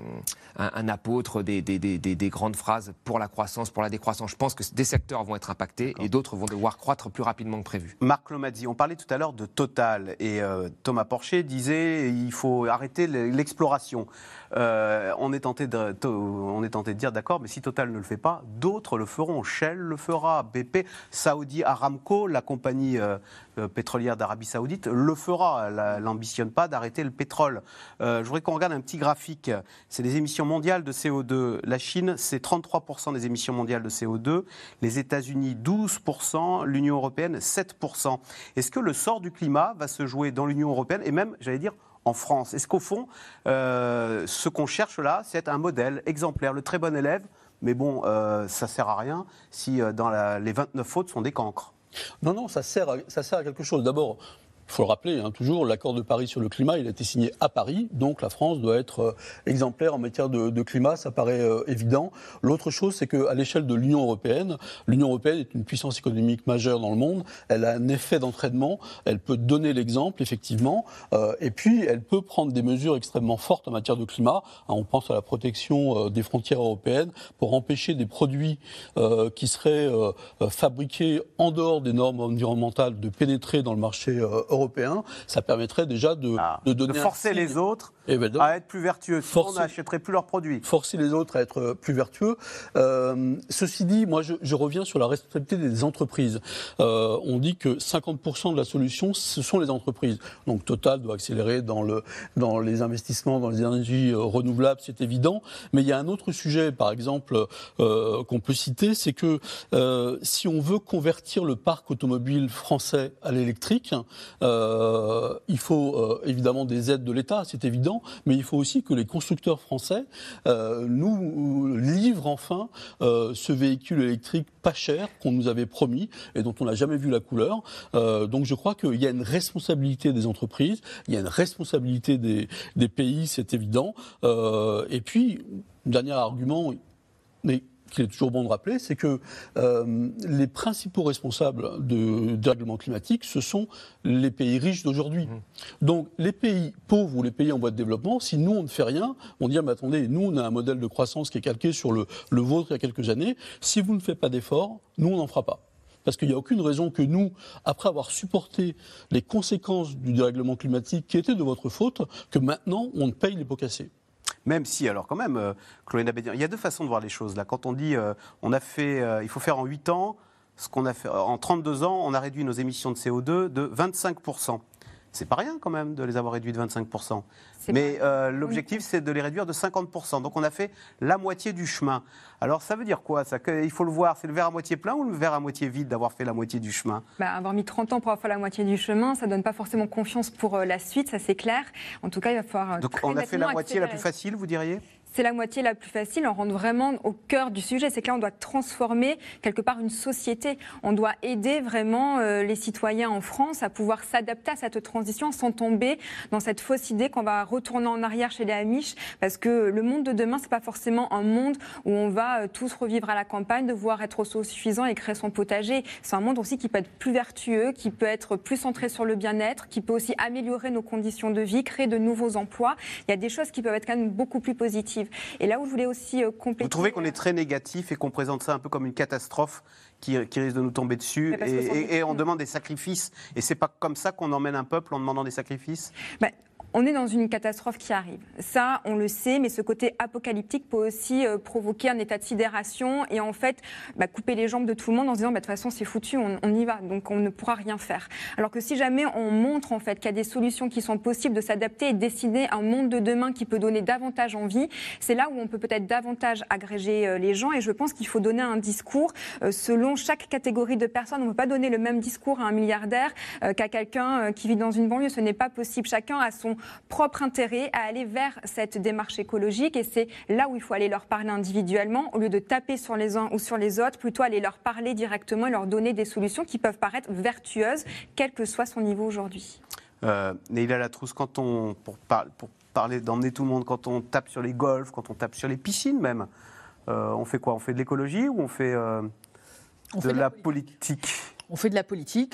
[SPEAKER 5] un apôtre des grandes phrases pour la croissance, pour la décroissance. Je pense que des secteurs vont être impactés et d'autres vont devoir croître plus rapidement que prévu.
[SPEAKER 1] Marc Lomazzi, on parlait tout à l'heure de Total et Thomas Porcher disait il faut arrêter l'exploration. On est tenté de dire d'accord, mais si Total ne le fait pas, d'autres le feront. Shell le fera, BP, Saudi Aramco, la compagnie pétrolière d'Arabie Saoudite, le fera. Elle n'ambitionne pas d'arrêter le pétrole. Je voudrais qu'on regarde un petit graphique. C'est les émissions mondiales de CO2. La Chine, c'est 33% des émissions mondiales de CO2. Les États-Unis, 12%. L'Union européenne, 7%. Est-ce que le sort du climat va se jouer dans l'Union européenne et même, j'allais dire, en France ? Est-ce qu'au fond, ce qu'on cherche là, c'est un modèle exemplaire, le très bon élève, mais bon, ça ne sert à rien si les 29 autres sont des cancres.
[SPEAKER 2] Non, ça sert à quelque chose. D'abord, il faut le rappeler, toujours, l'accord de Paris sur le climat, il a été signé à Paris, donc la France doit être exemplaire en matière de climat, ça paraît évident. L'autre chose, c'est qu'à l'échelle de l'Union européenne est une puissance économique majeure dans le monde, elle a un effet d'entraînement, elle peut donner l'exemple, effectivement, et puis elle peut prendre des mesures extrêmement fortes en matière de climat. On pense à la protection des frontières européennes pour empêcher des produits qui seraient fabriqués en dehors des normes environnementales de pénétrer dans le marché européen. Ça permettrait déjà de donner
[SPEAKER 1] de forcer les autres à être plus vertueux. On n'achèterait plus leurs produits.
[SPEAKER 2] Forcer les autres à être plus vertueux. Ceci dit, moi, je reviens sur la responsabilité des entreprises. On dit que 50% de la solution, ce sont les entreprises. Donc Total doit accélérer dans les investissements dans les énergies renouvelables, c'est évident. Mais il y a un autre sujet, par exemple, qu'on peut citer, c'est que si on veut convertir le parc automobile français à l'électrique, il faut évidemment des aides de l'État, c'est évident, mais il faut aussi que les constructeurs français nous livrent enfin ce véhicule électrique pas cher qu'on nous avait promis et dont on n'a jamais vu la couleur. Donc je crois qu'il y a une responsabilité des entreprises, il y a une responsabilité des pays, c'est évident. Et puis, dernier argument, mais qu'il est toujours bon de rappeler, c'est que les principaux responsables du dérèglement climatique, ce sont les pays riches d'aujourd'hui. Donc les pays pauvres ou les pays en voie de développement, si nous on ne fait rien, on dit mais attendez, nous on a un modèle de croissance qui est calqué sur le vôtre il y a quelques années, si vous ne faites pas d'efforts, nous on n'en fera pas. Parce qu'il n'y a aucune raison que nous, après avoir supporté les conséquences du dérèglement climatique qui étaient de votre faute, que maintenant on paye les pots cassés.
[SPEAKER 1] Même si, alors quand même, Chloé Nabédian, il y a deux façons de voir les choses. Là. Quand on dit il faut faire en 8 ans, ce qu'on a fait en 32 ans, on a réduit nos émissions de CO2 de 25%. C'est pas rien quand même de les avoir réduits de 25%. Mais l'objectif, c'est de les réduire de 50%. Donc on a fait la moitié du chemin. Alors ça veut dire quoi ça? Il faut le voir, c'est le verre à moitié plein ou le verre à moitié vide d'avoir fait la moitié du chemin?
[SPEAKER 4] Avoir mis 30 ans pour avoir fait la moitié du chemin, ça ne donne pas forcément confiance pour la suite, ça c'est clair. En tout cas, il va falloir...
[SPEAKER 1] Donc on a fait la moitié la plus facile, vous diriez?
[SPEAKER 4] C'est la moitié la plus facile, on rentre vraiment au cœur du sujet. C'est que là, on doit transformer quelque part une société. On doit aider vraiment les citoyens en France à pouvoir s'adapter à cette transition sans tomber dans cette fausse idée qu'on va retourner en arrière chez les Amish. Parce que le monde de demain, c'est pas forcément un monde où on va tous revivre à la campagne, devoir être autosuffisant et créer son potager. C'est un monde aussi qui peut être plus vertueux, qui peut être plus centré sur le bien-être, qui peut aussi améliorer nos conditions de vie, créer de nouveaux emplois. Il y a des choses qui peuvent être quand même beaucoup plus positives. Et là où je voulais aussi compléter...
[SPEAKER 1] Vous trouvez qu'on est très négatif et qu'on présente ça un peu comme une catastrophe qui risque de nous tomber dessus et on demande des sacrifices? Et c'est pas comme ça qu'on emmène un peuple en demandant des sacrifices?
[SPEAKER 4] On est dans une catastrophe qui arrive. Ça, on le sait, mais ce côté apocalyptique peut aussi provoquer un état de sidération et en fait couper les jambes de tout le monde en se disant de toute façon c'est foutu, on y va, donc on ne pourra rien faire. Alors que si jamais on montre en fait qu'il y a des solutions qui sont possibles de s'adapter et de dessiner un monde de demain qui peut donner davantage envie, c'est là où on peut peut-être davantage agréger les gens et je pense qu'il faut donner un discours selon chaque catégorie de personnes. On ne peut pas donner le même discours à un milliardaire qu'à quelqu'un qui vit dans une banlieue, ce n'est pas possible. Chacun a son propre intérêt à aller vers cette démarche écologique et c'est là où il faut aller leur parler individuellement au lieu de taper sur les uns ou sur les autres, plutôt aller leur parler directement et leur donner des solutions qui peuvent paraître vertueuses quel que soit son niveau aujourd'hui.
[SPEAKER 1] Neila Latrousse, pour parler d'emmener tout le monde, quand on tape sur les golfs, quand on tape sur les piscines même, on fait quoi? On fait de l'écologie ou on fait de la politique?
[SPEAKER 3] On fait de la politique,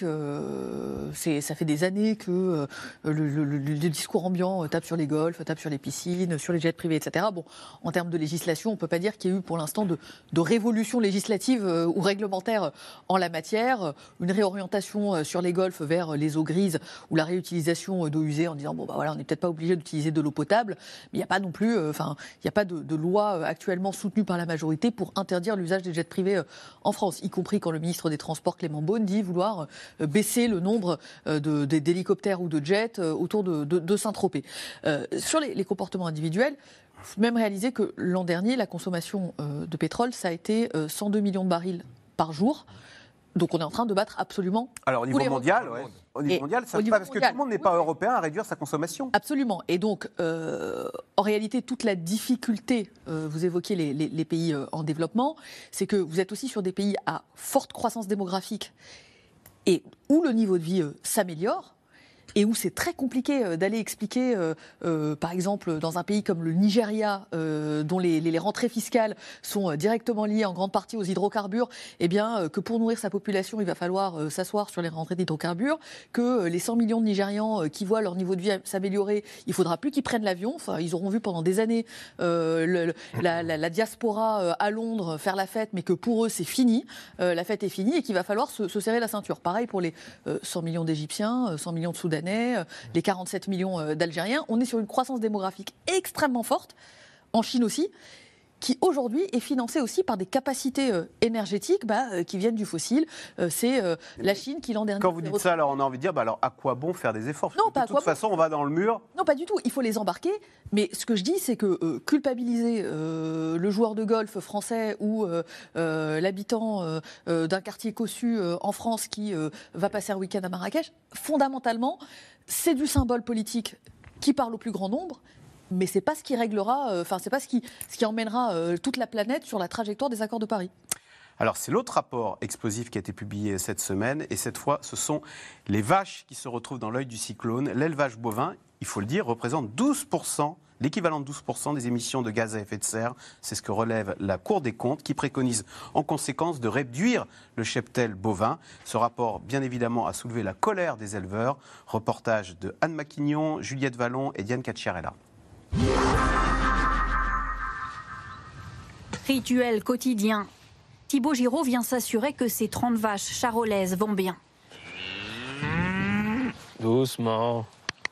[SPEAKER 3] ça fait des années que le discours ambiant tape sur les golfs, tape sur les piscines, sur les jets privés, etc. Bon, en termes de législation, on ne peut pas dire qu'il y a eu pour l'instant de révolution législative ou réglementaire en la matière. Une réorientation sur les golfs vers les eaux grises ou la réutilisation d'eau usée en disant on n'est peut-être pas obligé d'utiliser de l'eau potable, mais il n'y a pas non plus, il n'y a pas de loi actuellement soutenue par la majorité pour interdire l'usage des jets privés en France, y compris quand le ministre des Transports Clément Beaune dit vouloir baisser le nombre d'hélicoptères ou de jets autour de Saint-Tropez. Sur les comportements individuels, il faut même réaliser que l'an dernier, la consommation de pétrole, ça a été 102 millions de barils par jour. Donc on est en train de battre absolument.
[SPEAKER 1] Alors au niveau mondial, au niveau mondial, ça ne pas parce que tout le monde n'est pas européen à réduire sa consommation.
[SPEAKER 3] Absolument. Et donc en réalité, toute la difficulté, vous évoquiez les pays en développement, c'est que vous êtes aussi sur des pays à forte croissance démographique et où le niveau de vie s'améliore. Et où c'est très compliqué d'aller expliquer, par exemple, dans un pays comme le Nigeria, dont les rentrées fiscales sont directement liées en grande partie aux hydrocarbures, que pour nourrir sa population, il va falloir s'asseoir sur les rentrées d'hydrocarbures, que les 100 millions de Nigérians qui voient leur niveau de vie s'améliorer, il ne faudra plus qu'ils prennent l'avion. Enfin, ils auront vu pendant des années la diaspora à Londres faire la fête, mais que pour eux, c'est fini. La fête est finie et qu'il va falloir se serrer la ceinture. Pareil pour les 100 millions d'Égyptiens, 100 millions de Soudanais, les 47 millions d'Algériens. On est sur une croissance démographique extrêmement forte, en Chine aussi, qui aujourd'hui est financée aussi par des capacités énergétiques qui viennent du fossile. C'est la Chine qui l'an dernier...
[SPEAKER 1] Quand vous dites ça, alors on a envie de dire, alors à quoi bon faire des efforts? Non, de toute façon, on va dans le mur.
[SPEAKER 3] Non, pas du tout. Il faut les embarquer. Mais ce que je dis, c'est que culpabiliser le joueur de golf français ou l'habitant d'un quartier cossu en France qui va passer un week-end à Marrakech, fondamentalement, c'est du symbole politique qui parle au plus grand nombre. Mais c'est pas ce qui réglera, c'est pas ce qui emmènera toute la planète sur la trajectoire des accords de Paris.
[SPEAKER 1] Alors c'est l'autre rapport explosif qui a été publié cette semaine, et cette fois ce sont les vaches qui se retrouvent dans l'œil du cyclone. L'élevage bovin, il faut le dire, représente 12%, l'équivalent de 12% des émissions de gaz à effet de serre. C'est ce que relève la Cour des comptes, qui préconise en conséquence de réduire le cheptel bovin. Ce rapport, bien évidemment, a soulevé la colère des éleveurs. Reportage de Anne Maquignon, Juliette Vallon et Diane Cacciarella.
[SPEAKER 15] Rituel quotidien. Thibaut Giraud vient s'assurer que ces 30 vaches charolaises vont bien.
[SPEAKER 16] Doucement.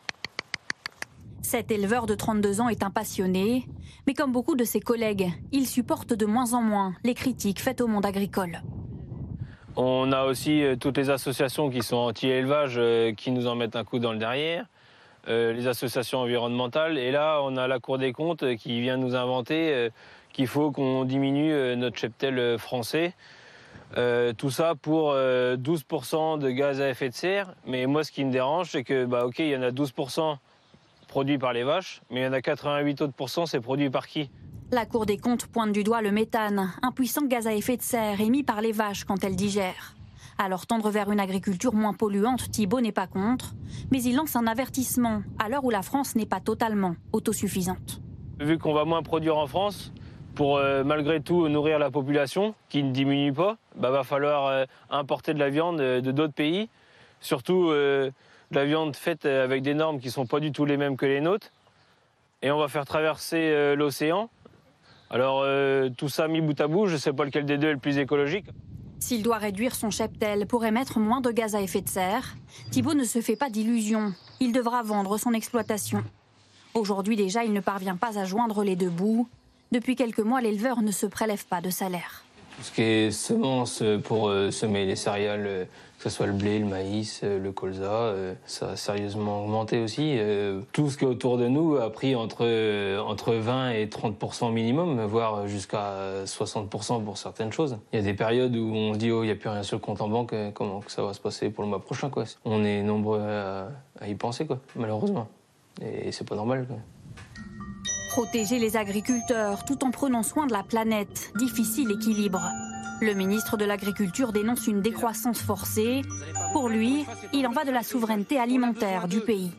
[SPEAKER 15] Cet éleveur de 32 ans est un passionné, mais comme beaucoup de ses collègues, il supporte de moins en moins les critiques faites au monde agricole.
[SPEAKER 16] On a aussi toutes les associations qui sont anti-élevage qui nous en mettent un coup dans le derrière, les associations environnementales. Et là, on a la Cour des comptes qui vient nous inventer qu'il faut qu'on diminue notre cheptel français. Tout ça pour 12% de gaz à effet de serre. Mais moi, ce qui me dérange, c'est que, OK, il y en a 12% produits par les vaches, mais il y en a 88 autres %, c'est produit par qui ?
[SPEAKER 15] La Cour des comptes pointe du doigt le méthane, un puissant gaz à effet de serre émis par les vaches quand elles digèrent. Alors tendre vers une agriculture moins polluante, Thibault n'est pas contre, mais il lance un avertissement à l'heure où la France n'est pas totalement autosuffisante.
[SPEAKER 16] Vu qu'on va moins produire en France, pour malgré tout nourrir la population, qui ne diminue pas, va falloir importer de la viande de d'autres pays, surtout de la viande faite avec des normes qui ne sont pas du tout les mêmes que les nôtres. Et on va faire traverser l'océan. Alors tout ça mis bout à bout, je ne sais pas lequel des deux est le plus écologique.
[SPEAKER 15] S'il doit réduire son cheptel pour émettre moins de gaz à effet de serre, Thibault ne se fait pas d'illusions. Il devra vendre son exploitation. Aujourd'hui déjà, il ne parvient pas à joindre les deux bouts. Depuis quelques mois, l'éleveur ne se prélève pas de salaire.
[SPEAKER 16] Tout ce qui est semences pour semer les céréales, que ce soit le blé, le maïs, le colza, ça a sérieusement augmenté aussi. Tout ce qui est autour de nous a pris entre 20 et 30% minimum, voire jusqu'à 60% pour certaines choses. Il y a des périodes où on se dit il n'y a plus rien sur le compte en banque, comment que ça va se passer pour le mois prochain, quoi. On est nombreux à y penser, quoi, malheureusement. Et c'est pas normal, quoi.
[SPEAKER 15] Protéger les agriculteurs tout en prenant soin de la planète, difficile équilibre. Le ministre de l'Agriculture dénonce une décroissance forcée. Pour lui, il en va de la souveraineté alimentaire du pays.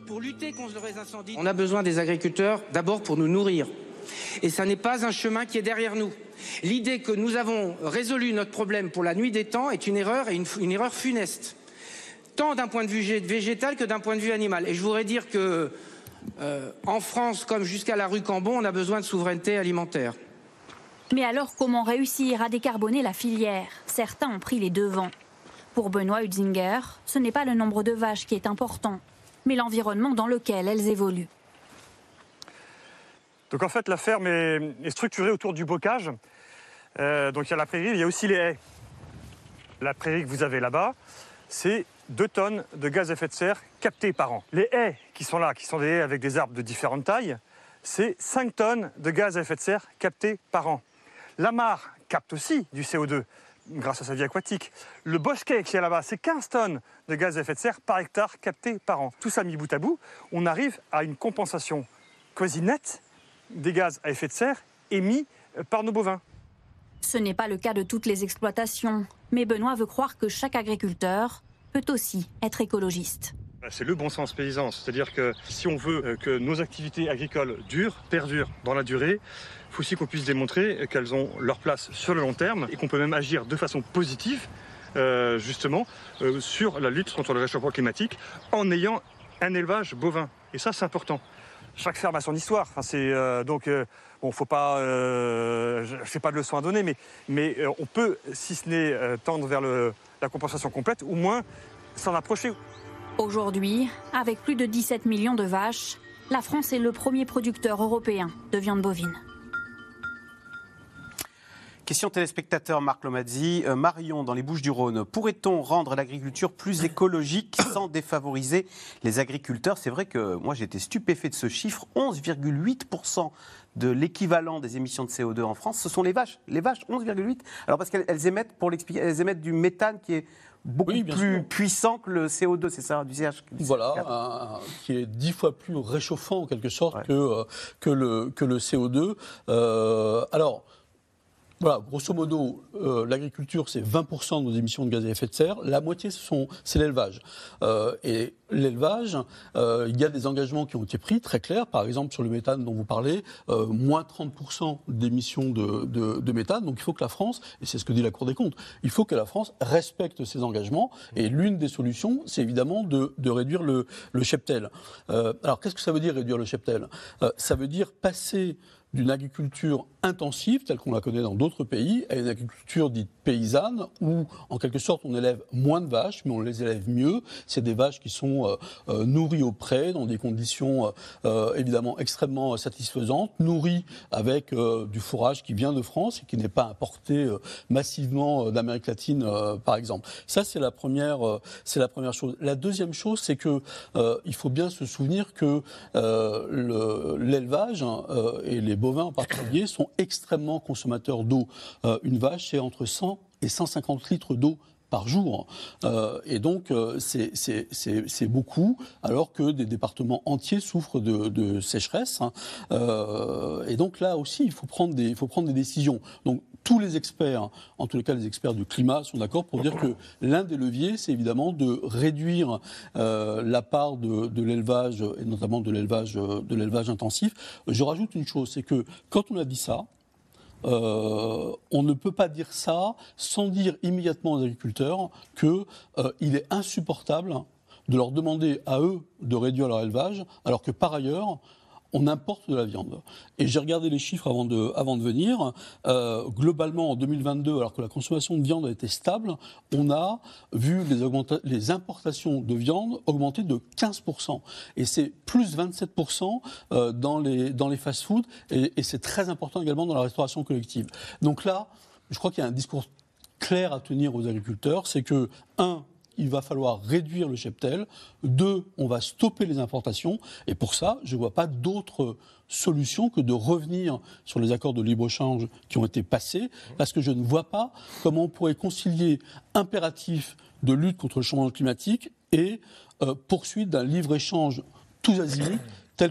[SPEAKER 17] On a besoin des agriculteurs d'abord pour nous nourrir. Et ça n'est pas un chemin qui est derrière nous. L'idée que nous avons résolu notre problème pour la nuit des temps est une erreur et une erreur funeste. Tant d'un point de vue végétal que d'un point de vue animal. Et je voudrais dire que en France, comme jusqu'à la rue Cambon, on a besoin de souveraineté alimentaire.
[SPEAKER 15] Mais alors, comment réussir à décarboner la filière ? Certains ont pris les devants. Pour Benoît Hutzinger, ce n'est pas le nombre de vaches qui est important, mais l'environnement dans lequel elles évoluent.
[SPEAKER 18] Donc en fait, la ferme est structurée autour du bocage. Donc il y a la prairie, il y a aussi les haies. La prairie que vous avez là-bas, c'est 2 tonnes de gaz à effet de serre captées par an. Les haies qui sont là, qui sont des haies avec des arbres de différentes tailles, c'est 5 tonnes de gaz à effet de serre captées par an. La mare capte aussi du CO2 grâce à sa vie aquatique. Le bosquet qui est là-bas, c'est 15 tonnes de gaz à effet de serre par hectare capté par an. Tout ça mis bout à bout, on arrive à une compensation quasi nette des gaz à effet de serre émis par nos bovins.
[SPEAKER 15] Ce n'est pas le cas de toutes les exploitations, mais Benoît veut croire que chaque agriculteur peut aussi être écologiste.
[SPEAKER 18] C'est le bon sens paysan, c'est-à-dire que si on veut que nos activités agricoles perdurent dans la durée, il faut aussi qu'on puisse démontrer qu'elles ont leur place sur le long terme et qu'on peut même agir de façon positive, justement, sur la lutte contre le réchauffement climatique en ayant un élevage bovin. Et ça, c'est important. Chaque ferme a son histoire. Enfin, faut pas, je fais pas de leçon à donner, mais on peut, si ce n'est tendre vers la compensation complète, au moins s'en approcher.
[SPEAKER 15] Aujourd'hui, avec plus de 17 millions de vaches, la France est le premier producteur européen de viande bovine.
[SPEAKER 1] Question téléspectateur Marc Lomazzi. Marion, dans les Bouches-du-Rhône, pourrait-on rendre l'agriculture plus écologique sans défavoriser les agriculteurs ? C'est vrai que moi j'ai été stupéfait de ce chiffre. 11,8% de l'équivalent des émissions de CO2 en France, ce sont les vaches. Les vaches, 11,8%. Alors parce qu'elles émettent, pour l'expliquer, elles émettent du méthane qui est beaucoup plus puissant que le CO2, c'est ça, du CH.
[SPEAKER 2] Voilà, qui est 10 fois plus réchauffant en quelque sorte que le CO2. Alors, voilà, grosso modo, l'agriculture, c'est 20% de nos émissions de gaz à effet de serre. La moitié, c'est l'élevage. Et l'élevage, il y a des engagements qui ont été pris, très clairs. Par exemple, sur le méthane dont vous parlez, moins 30% d'émissions de méthane. Donc il faut que la France, et c'est ce que dit la Cour des comptes, il faut que la France respecte ses engagements. Et l'une des solutions, c'est évidemment de réduire le cheptel. Alors qu'est-ce que ça veut dire, réduire le cheptel ? Ça veut dire passer d'une agriculture intensive, telle qu'on la connaît dans d'autres pays, à une agriculture dite paysanne, où en quelque sorte on élève moins de vaches, mais on les élève mieux. C'est des vaches qui sont nourries au pré, dans des conditions évidemment extrêmement satisfaisantes, nourries avec du fourrage qui vient de France et qui n'est pas importé massivement d'Amérique latine, par exemple. Ça, c'est la première chose. La deuxième chose, c'est que il faut bien se souvenir que l'élevage et les bovins en particulier sont extrêmement consommateurs d'eau. Une vache, c'est entre 100 et 150 litres d'eau par jour. Et donc, c'est beaucoup, alors que des départements entiers souffrent de sécheresse. Et donc là aussi, il faut prendre des décisions. Donc, tous les experts, en tous les cas les experts du climat, sont d'accord pour dire que l'un des leviers, c'est évidemment de réduire la part de l'élevage, et notamment de l'élevage intensif. Je rajoute une chose, c'est que quand on a dit ça, on ne peut pas dire ça sans dire immédiatement aux agriculteurs qu'il est insupportable de leur demander à eux de réduire leur élevage, alors que par ailleurs, on importe de la viande. Et j'ai regardé les chiffres avant de venir. Globalement, en 2022, alors que la consommation de viande a été stable, on a vu les importations de viande augmenter de 15%. Et c'est plus 27% dans les fast-foods. Et c'est très important également dans la restauration collective. Donc là, je crois qu'il y a un discours clair à tenir aux agriculteurs. C'est que, il va falloir réduire le cheptel. 2, on va stopper les importations. Et pour ça, je ne vois pas d'autre solution que de revenir sur les accords de libre-échange qui ont été passés, parce que je ne vois pas comment on pourrait concilier impératif de lutte contre le changement climatique et poursuite d'un libre-échange tous azimuts, tel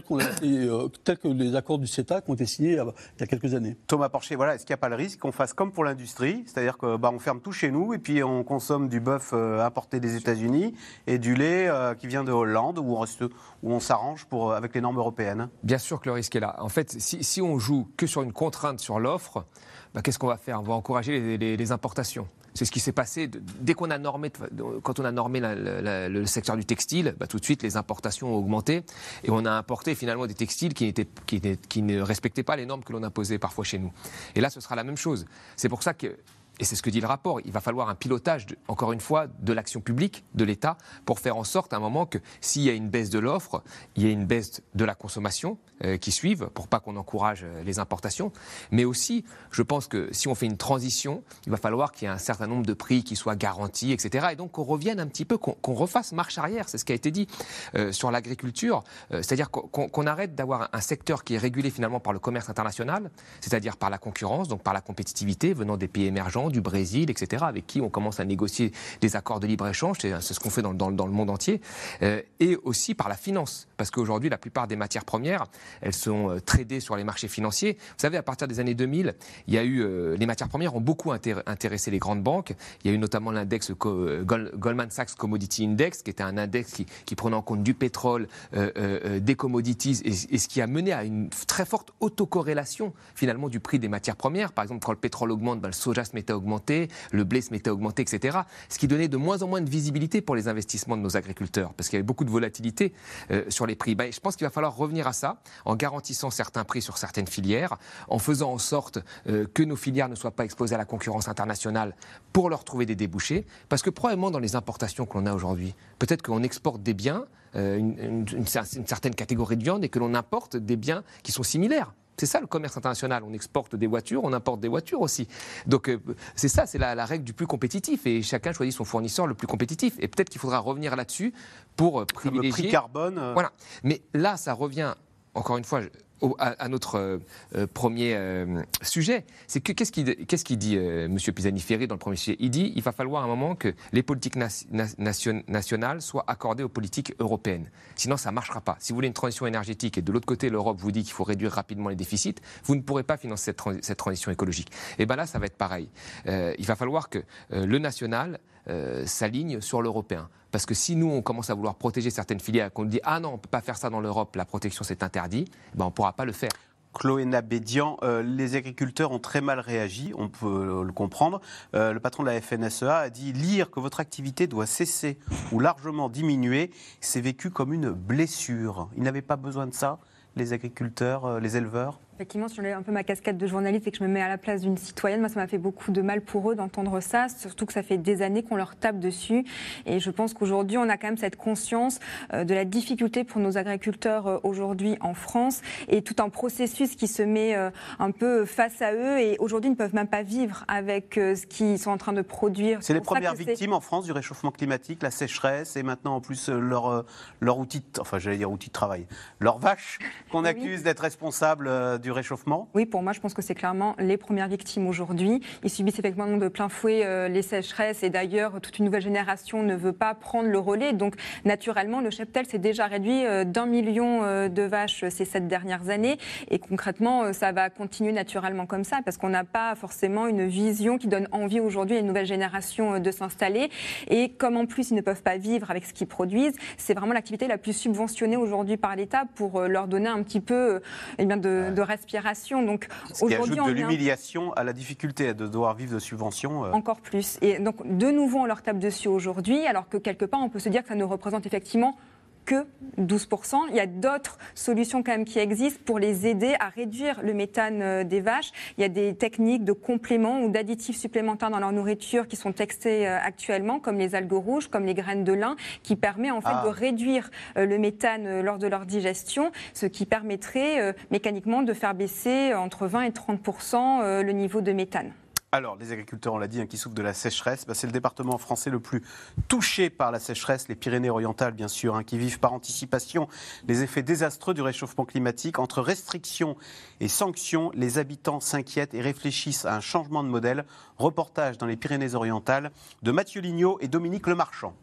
[SPEAKER 2] que les accords du CETA qui ont été signés il y a quelques années.
[SPEAKER 1] Thomas Porcher, voilà, est-ce qu'il n'y a pas le risque qu'on fasse comme pour l'industrie, c'est-à-dire qu'on ferme tout chez nous et puis on consomme du bœuf importé des États-Unis et du lait qui vient de Hollande, où on s'arrange avec les normes européennes?
[SPEAKER 5] Bien sûr que le risque est là. En fait, si on joue que sur une contrainte sur l'offre, qu'est-ce qu'on va faire? On va encourager les importations. C'est ce qui s'est passé dès qu'on a normé, quand on a normé le secteur du textile, tout de suite les importations ont augmenté et on a importé finalement des textiles qui ne respectaient pas les normes que l'on imposait parfois chez nous. Et là, ce sera la même chose. C'est pour ça que, et c'est ce que dit le rapport, il va falloir un pilotage, encore une fois, de l'action publique, de l'État, pour faire en sorte à un moment que s'il y a une baisse de l'offre, il y ait une baisse de la consommation qui suive, pour pas qu'on encourage les importations. Mais aussi, je pense que si on fait une transition, il va falloir qu'il y ait un certain nombre de prix qui soient garantis, etc. Et donc qu'on revienne un petit peu, qu'on refasse marche arrière, c'est ce qui a été dit sur l'agriculture, c'est-à-dire qu'on arrête d'avoir un secteur qui est régulé finalement par le commerce international, c'est-à-dire par la concurrence, donc par la compétitivité venant des pays émergents, du Brésil, etc., avec qui on commence à négocier des accords de libre-échange, c'est ce qu'on fait dans le monde entier, et aussi par la finance, parce qu'aujourd'hui, la plupart des matières premières, elles sont tradées sur les marchés financiers. Vous savez, à partir des années 2000, il y a eu, les matières premières ont beaucoup intéressé les grandes banques. Il y a eu notamment l'index Goldman Sachs Commodity Index, qui était un index qui prenait en compte du pétrole, des commodities, et ce qui a mené à une très forte autocorrélation, finalement, du prix des matières premières. Par exemple, quand le pétrole augmente, le soja se mettait à augmenter, le blé se mettait à augmenter, etc. Ce qui donnait de moins en moins de visibilité pour les investissements de nos agriculteurs, parce qu'il y avait beaucoup de volatilité sur les prix. Je pense qu'il va falloir revenir à ça, en garantissant certains prix sur certaines filières, en faisant en sorte que nos filières ne soient pas exposées à la concurrence internationale pour leur trouver des débouchés, parce que probablement dans les importations que l'on a aujourd'hui, peut-être qu'on exporte des biens, une certaine catégorie de viande, et que l'on importe des biens qui sont similaires. C'est ça le commerce international, on exporte des voitures, on importe des voitures aussi. Donc c'est ça, c'est la règle du plus compétitif, et chacun choisit son fournisseur le plus compétitif. Et peut-être qu'il faudra revenir là-dessus pour privilégier...
[SPEAKER 1] Le prix carbone...
[SPEAKER 5] Voilà. Mais là, ça revient, encore une fois... à notre premier sujet, c'est que qu'est-ce qu'il dit M. Pisani-Ferry dans le premier sujet? Il dit qu'il va falloir à un moment que les politiques nationales soient accordées aux politiques européennes. Sinon, ça ne marchera pas. Si vous voulez une transition énergétique et de l'autre côté, l'Europe vous dit qu'il faut réduire rapidement les déficits, vous ne pourrez pas financer cette transition écologique. Et bien là, ça va être pareil. Il va falloir que le national s'aligne sur l'européen. Parce que si nous, on commence à vouloir protéger certaines filières, qu'on dit « Ah non, on ne peut pas faire ça dans l'Europe, la protection c'est interdit », on ne pourra pas le faire.
[SPEAKER 1] Chloé Nabédian, les agriculteurs ont très mal réagi, on peut le comprendre. Le patron de la FNSEA a dit « Lire que votre activité doit cesser ou largement diminuer, c'est vécu comme une blessure ». Ils n'avaient pas besoin de ça, les agriculteurs, les éleveurs ?
[SPEAKER 4] Effectivement, si j'enlève un peu ma casquette de journaliste et que je me mets à la place d'une citoyenne, moi ça m'a fait beaucoup de mal pour eux d'entendre ça, surtout que ça fait des années qu'on leur tape dessus. Et je pense qu'aujourd'hui, on a quand même cette conscience de la difficulté pour nos agriculteurs aujourd'hui en France et tout un processus qui se met un peu face à eux. Et aujourd'hui, ils ne peuvent même pas vivre avec ce qu'ils sont en train de produire.
[SPEAKER 1] C'est les premières victimes en France du réchauffement climatique, la sécheresse et maintenant en plus leur outil, outil de travail, leur vache qu'on accuse d'être responsable du réchauffement.
[SPEAKER 4] Oui, pour moi, je pense que c'est clairement les premières victimes aujourd'hui. Ils subissent effectivement de plein fouet les sécheresses et d'ailleurs, toute une nouvelle génération ne veut pas prendre le relais. Donc, naturellement, le cheptel s'est déjà réduit d'1 million de vaches ces 7 dernières années et concrètement, ça va continuer naturellement comme ça parce qu'on n'a pas forcément une vision qui donne envie aujourd'hui à une nouvelle génération de s'installer. Et comme en plus, ils ne peuvent pas vivre avec ce qu'ils produisent, c'est vraiment l'activité la plus subventionnée aujourd'hui par l'État pour leur donner un petit peu de respiration. Donc,
[SPEAKER 1] ce qui ajoute de l'humiliation à la difficulté de devoir vivre de subventions.
[SPEAKER 4] Encore plus. Et donc, de nouveau, on leur tape dessus aujourd'hui, alors que quelque part, on peut se dire que ça ne représente effectivement que 12%. Il y a d'autres solutions quand même qui existent pour les aider à réduire le méthane des vaches. Il y a des techniques de compléments ou d'additifs supplémentaires dans leur nourriture qui sont testées actuellement, comme les algues rouges, comme les graines de lin, qui permet en fait de réduire le méthane lors de leur digestion, ce qui permettrait mécaniquement de faire baisser entre 20 et 30% le niveau de méthane.
[SPEAKER 1] Alors, les agriculteurs, on l'a dit, qui souffrent de la sécheresse, c'est le département français le plus touché par la sécheresse, les Pyrénées-Orientales, bien sûr, qui vivent par anticipation les effets désastreux du réchauffement climatique. Entre restrictions et sanctions, les habitants s'inquiètent et réfléchissent à un changement de modèle. Reportage dans les Pyrénées-Orientales de Mathieu Lignot et Dominique Lemarchand.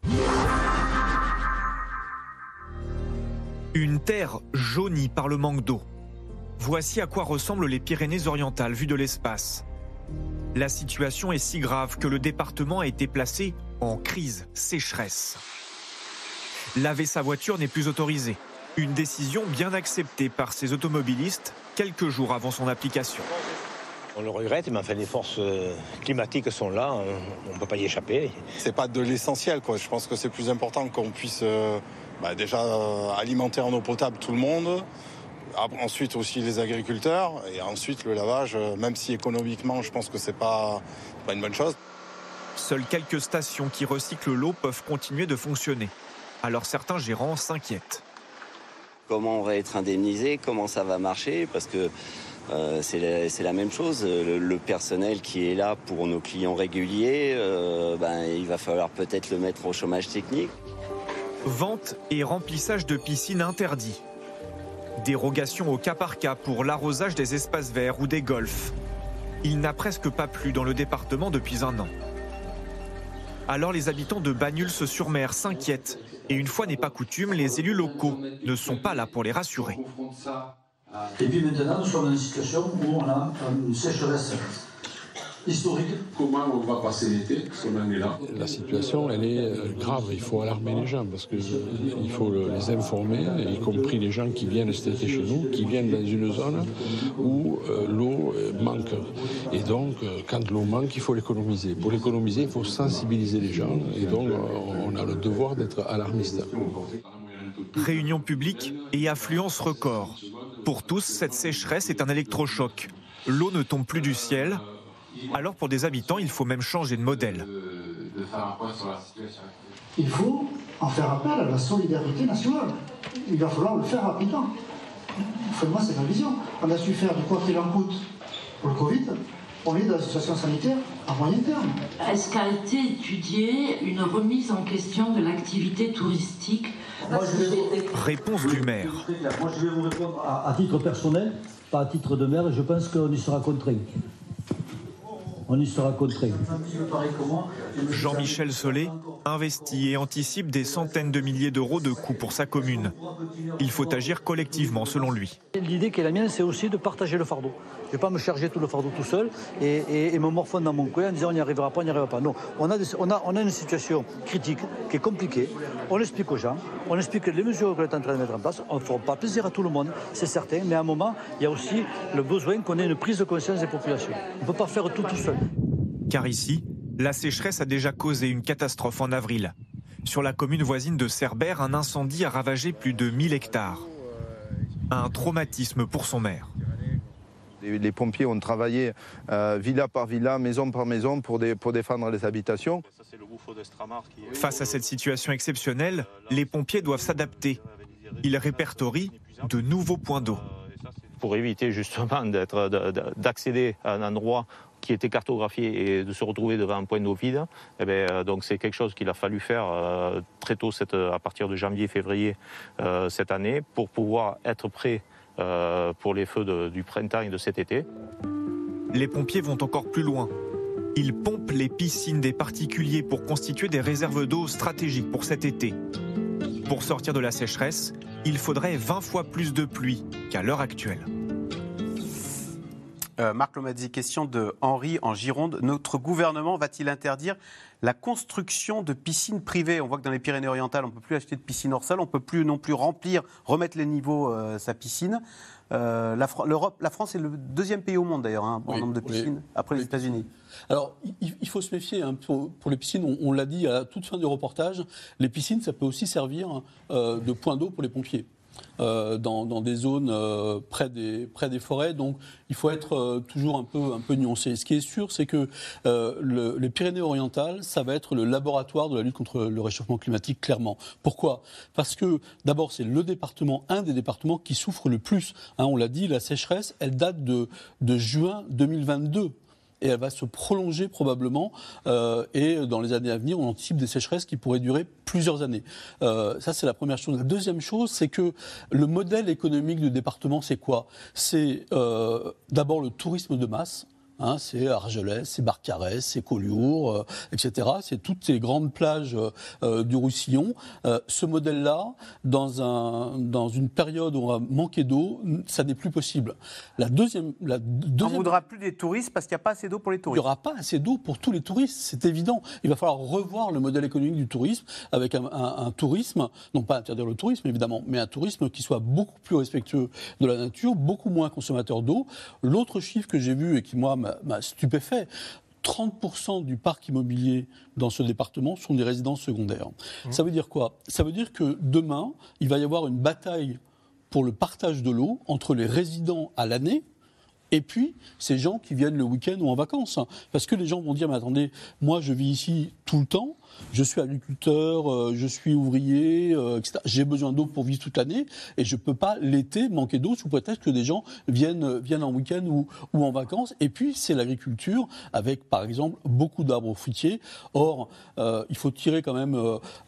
[SPEAKER 19] Une terre jaunie par le manque d'eau. Voici à quoi ressemblent les Pyrénées-Orientales vues de l'espace. La situation est si grave que le département a été placé en crise sécheresse. Laver sa voiture n'est plus autorisé. Une décision bien acceptée par ces automobilistes quelques jours avant son application.
[SPEAKER 20] On le regrette, mais enfin les forces climatiques sont là, on ne peut pas y échapper.
[SPEAKER 21] C'est pas de l'essentiel, quoi. Je pense que c'est plus important qu'on puisse déjà alimenter en eau potable tout le monde. Ensuite aussi les agriculteurs et ensuite le lavage, même si économiquement je pense que c'est pas une bonne chose.
[SPEAKER 19] Seules quelques stations qui recyclent l'eau peuvent continuer de fonctionner. Alors certains gérants s'inquiètent.
[SPEAKER 22] Comment on va être indemnisé, comment ça va marcher, parce que c'est la même chose. Le personnel qui est là pour nos clients réguliers, il va falloir peut-être le mettre au chômage technique.
[SPEAKER 19] Vente et remplissage de piscines interdits. Dérogation au cas par cas pour l'arrosage des espaces verts ou des golfs. Il n'a presque pas plu dans le département depuis 1 an. Alors les habitants de Banyuls-sur-Mer s'inquiètent. Et une fois n'est pas coutume, les élus locaux ne sont pas là pour les rassurer.
[SPEAKER 23] Et puis maintenant, nous sommes dans une situation où on a une sécheresse historique.
[SPEAKER 24] Comment on va passer l'été, parce qu'on en est là?
[SPEAKER 25] La situation, elle est grave. Il faut alarmer les gens, parce qu'il faut les informer, y compris les gens qui viennent cet été chez nous, qui viennent dans une zone où l'eau manque. Et donc, quand l'eau manque, il faut l'économiser. Pour l'économiser, il faut sensibiliser les gens. Et donc, on a le devoir d'être alarmiste.
[SPEAKER 19] Réunion publique et affluence record. Pour tous, cette sécheresse est un électrochoc. L'eau ne tombe plus du ciel. Alors pour des habitants, il faut même changer de modèle.
[SPEAKER 23] Il faut en faire appel à la solidarité nationale. Il va falloir le faire rapidement. Enfin, moi, c'est ma vision. On a su faire du quoi qu'il en coûte pour le Covid. On est dans une situation sanitaire à moyen terme.
[SPEAKER 26] Est-ce qu'a été étudiée une remise en question de l'activité touristique?
[SPEAKER 19] Réponse du maire.
[SPEAKER 23] Moi, je vais vous répondre à titre personnel, pas à titre de maire. Je pense qu'on y sera contraint. On y sera contraint.
[SPEAKER 19] Jean-Michel Solé investit et anticipe des centaines de milliers d'euros de coûts pour sa commune. Il faut agir collectivement, selon lui.
[SPEAKER 23] L'idée qui est la mienne, c'est aussi de partager le fardeau. Je ne vais pas me charger tout le fardeau tout seul et me morfondre dans mon coin en disant on n'y arrivera pas, on n'y arrivera pas. Non, on a une situation critique qui est compliquée. On l'explique aux gens, on explique les mesures qu'on est en train de mettre en place. On ne fera pas plaisir à tout le monde, c'est certain, mais à un moment, il y a aussi le besoin qu'on ait une prise de conscience des populations. On ne peut pas faire tout seul.
[SPEAKER 19] Car ici, la sécheresse a déjà causé une catastrophe en avril. Sur la commune voisine de Cerbère, un incendie a ravagé plus de 1000 hectares. Un traumatisme pour son maire.
[SPEAKER 7] Les pompiers ont travaillé villa par villa, maison par maison pour défendre les habitations.
[SPEAKER 19] Face à cette situation exceptionnelle, les pompiers doivent s'adapter. Ils répertorient de nouveaux points d'eau.
[SPEAKER 8] Pour éviter justement d'accéder à un endroit qui était cartographié et de se retrouver devant un point d'eau vide, donc c'est quelque chose qu'il a fallu faire très tôt, à partir de janvier-février cette année, pour pouvoir être prêt pour les feux du printemps et de cet été.
[SPEAKER 19] Les pompiers vont encore plus loin. Ils pompent les piscines des particuliers pour constituer des réserves d'eau stratégiques pour cet été. Pour sortir de la sécheresse, il faudrait 20 fois plus de pluie qu'à l'heure actuelle.
[SPEAKER 1] Marc Lomazzi, question de Henri en Gironde. Notre gouvernement va-t-il interdire la construction de piscines privées ? On voit que dans les Pyrénées-Orientales, on ne peut plus acheter de piscine hors sol, on ne peut plus non plus remettre les niveaux sa piscine. La France est le deuxième pays au monde d'ailleurs en nombre de piscines, après les États-Unis.
[SPEAKER 2] Alors, il faut se méfier pour les piscines. On l'a dit à la toute fin du reportage, les piscines, ça peut aussi servir de point d'eau pour les pompiers. Dans des zones près des forêts, donc il faut être toujours un peu nuancé. Ce qui est sûr, c'est que les Pyrénées-Orientales, ça va être le laboratoire de la lutte contre le réchauffement climatique, clairement. Pourquoi ? Parce que d'abord, c'est un des départements qui souffre le plus. On l'a dit, la sécheresse, elle date de juin 2022. Et elle va se prolonger probablement. Et dans les années à venir, on anticipe des sécheresses qui pourraient durer plusieurs années. Ça, c'est la première chose. La deuxième chose, c'est que le modèle économique du département, c'est quoi ? C'est d'abord le tourisme de masse. C'est Argelès, c'est Barcarès, c'est Collioure, etc. C'est toutes ces grandes plages du Roussillon. Ce modèle-là, dans une période où on va manquer d'eau, ça n'est plus possible. On
[SPEAKER 1] ne voudra plus des touristes parce qu'il n'y a pas assez d'eau pour les touristes.
[SPEAKER 2] Il n'y aura pas assez d'eau pour tous les touristes, c'est évident. Il va falloir revoir le modèle économique du tourisme avec un tourisme, non pas interdire le tourisme évidemment, mais un tourisme qui soit beaucoup plus respectueux de la nature, beaucoup moins consommateur d'eau. L'autre chiffre que j'ai vu et qui, moi, m'a stupéfait, 30% du parc immobilier dans ce département sont des résidences secondaires. Ça veut dire quoi ? Ça veut dire que demain, il va y avoir une bataille pour le partage de l'eau entre les résidents à l'année et puis ces gens qui viennent le week-end ou en vacances. Parce que les gens vont dire, mais attendez, moi je vis ici tout le temps, je suis agriculteur, je suis ouvrier, etc. J'ai besoin d'eau pour vivre toute l'année et je ne peux pas l'été manquer d'eau sous prétexte que des gens viennent en week-end ou en vacances. Et puis c'est l'agriculture avec par exemple beaucoup d'arbres fruitiers. Or, il faut tirer quand même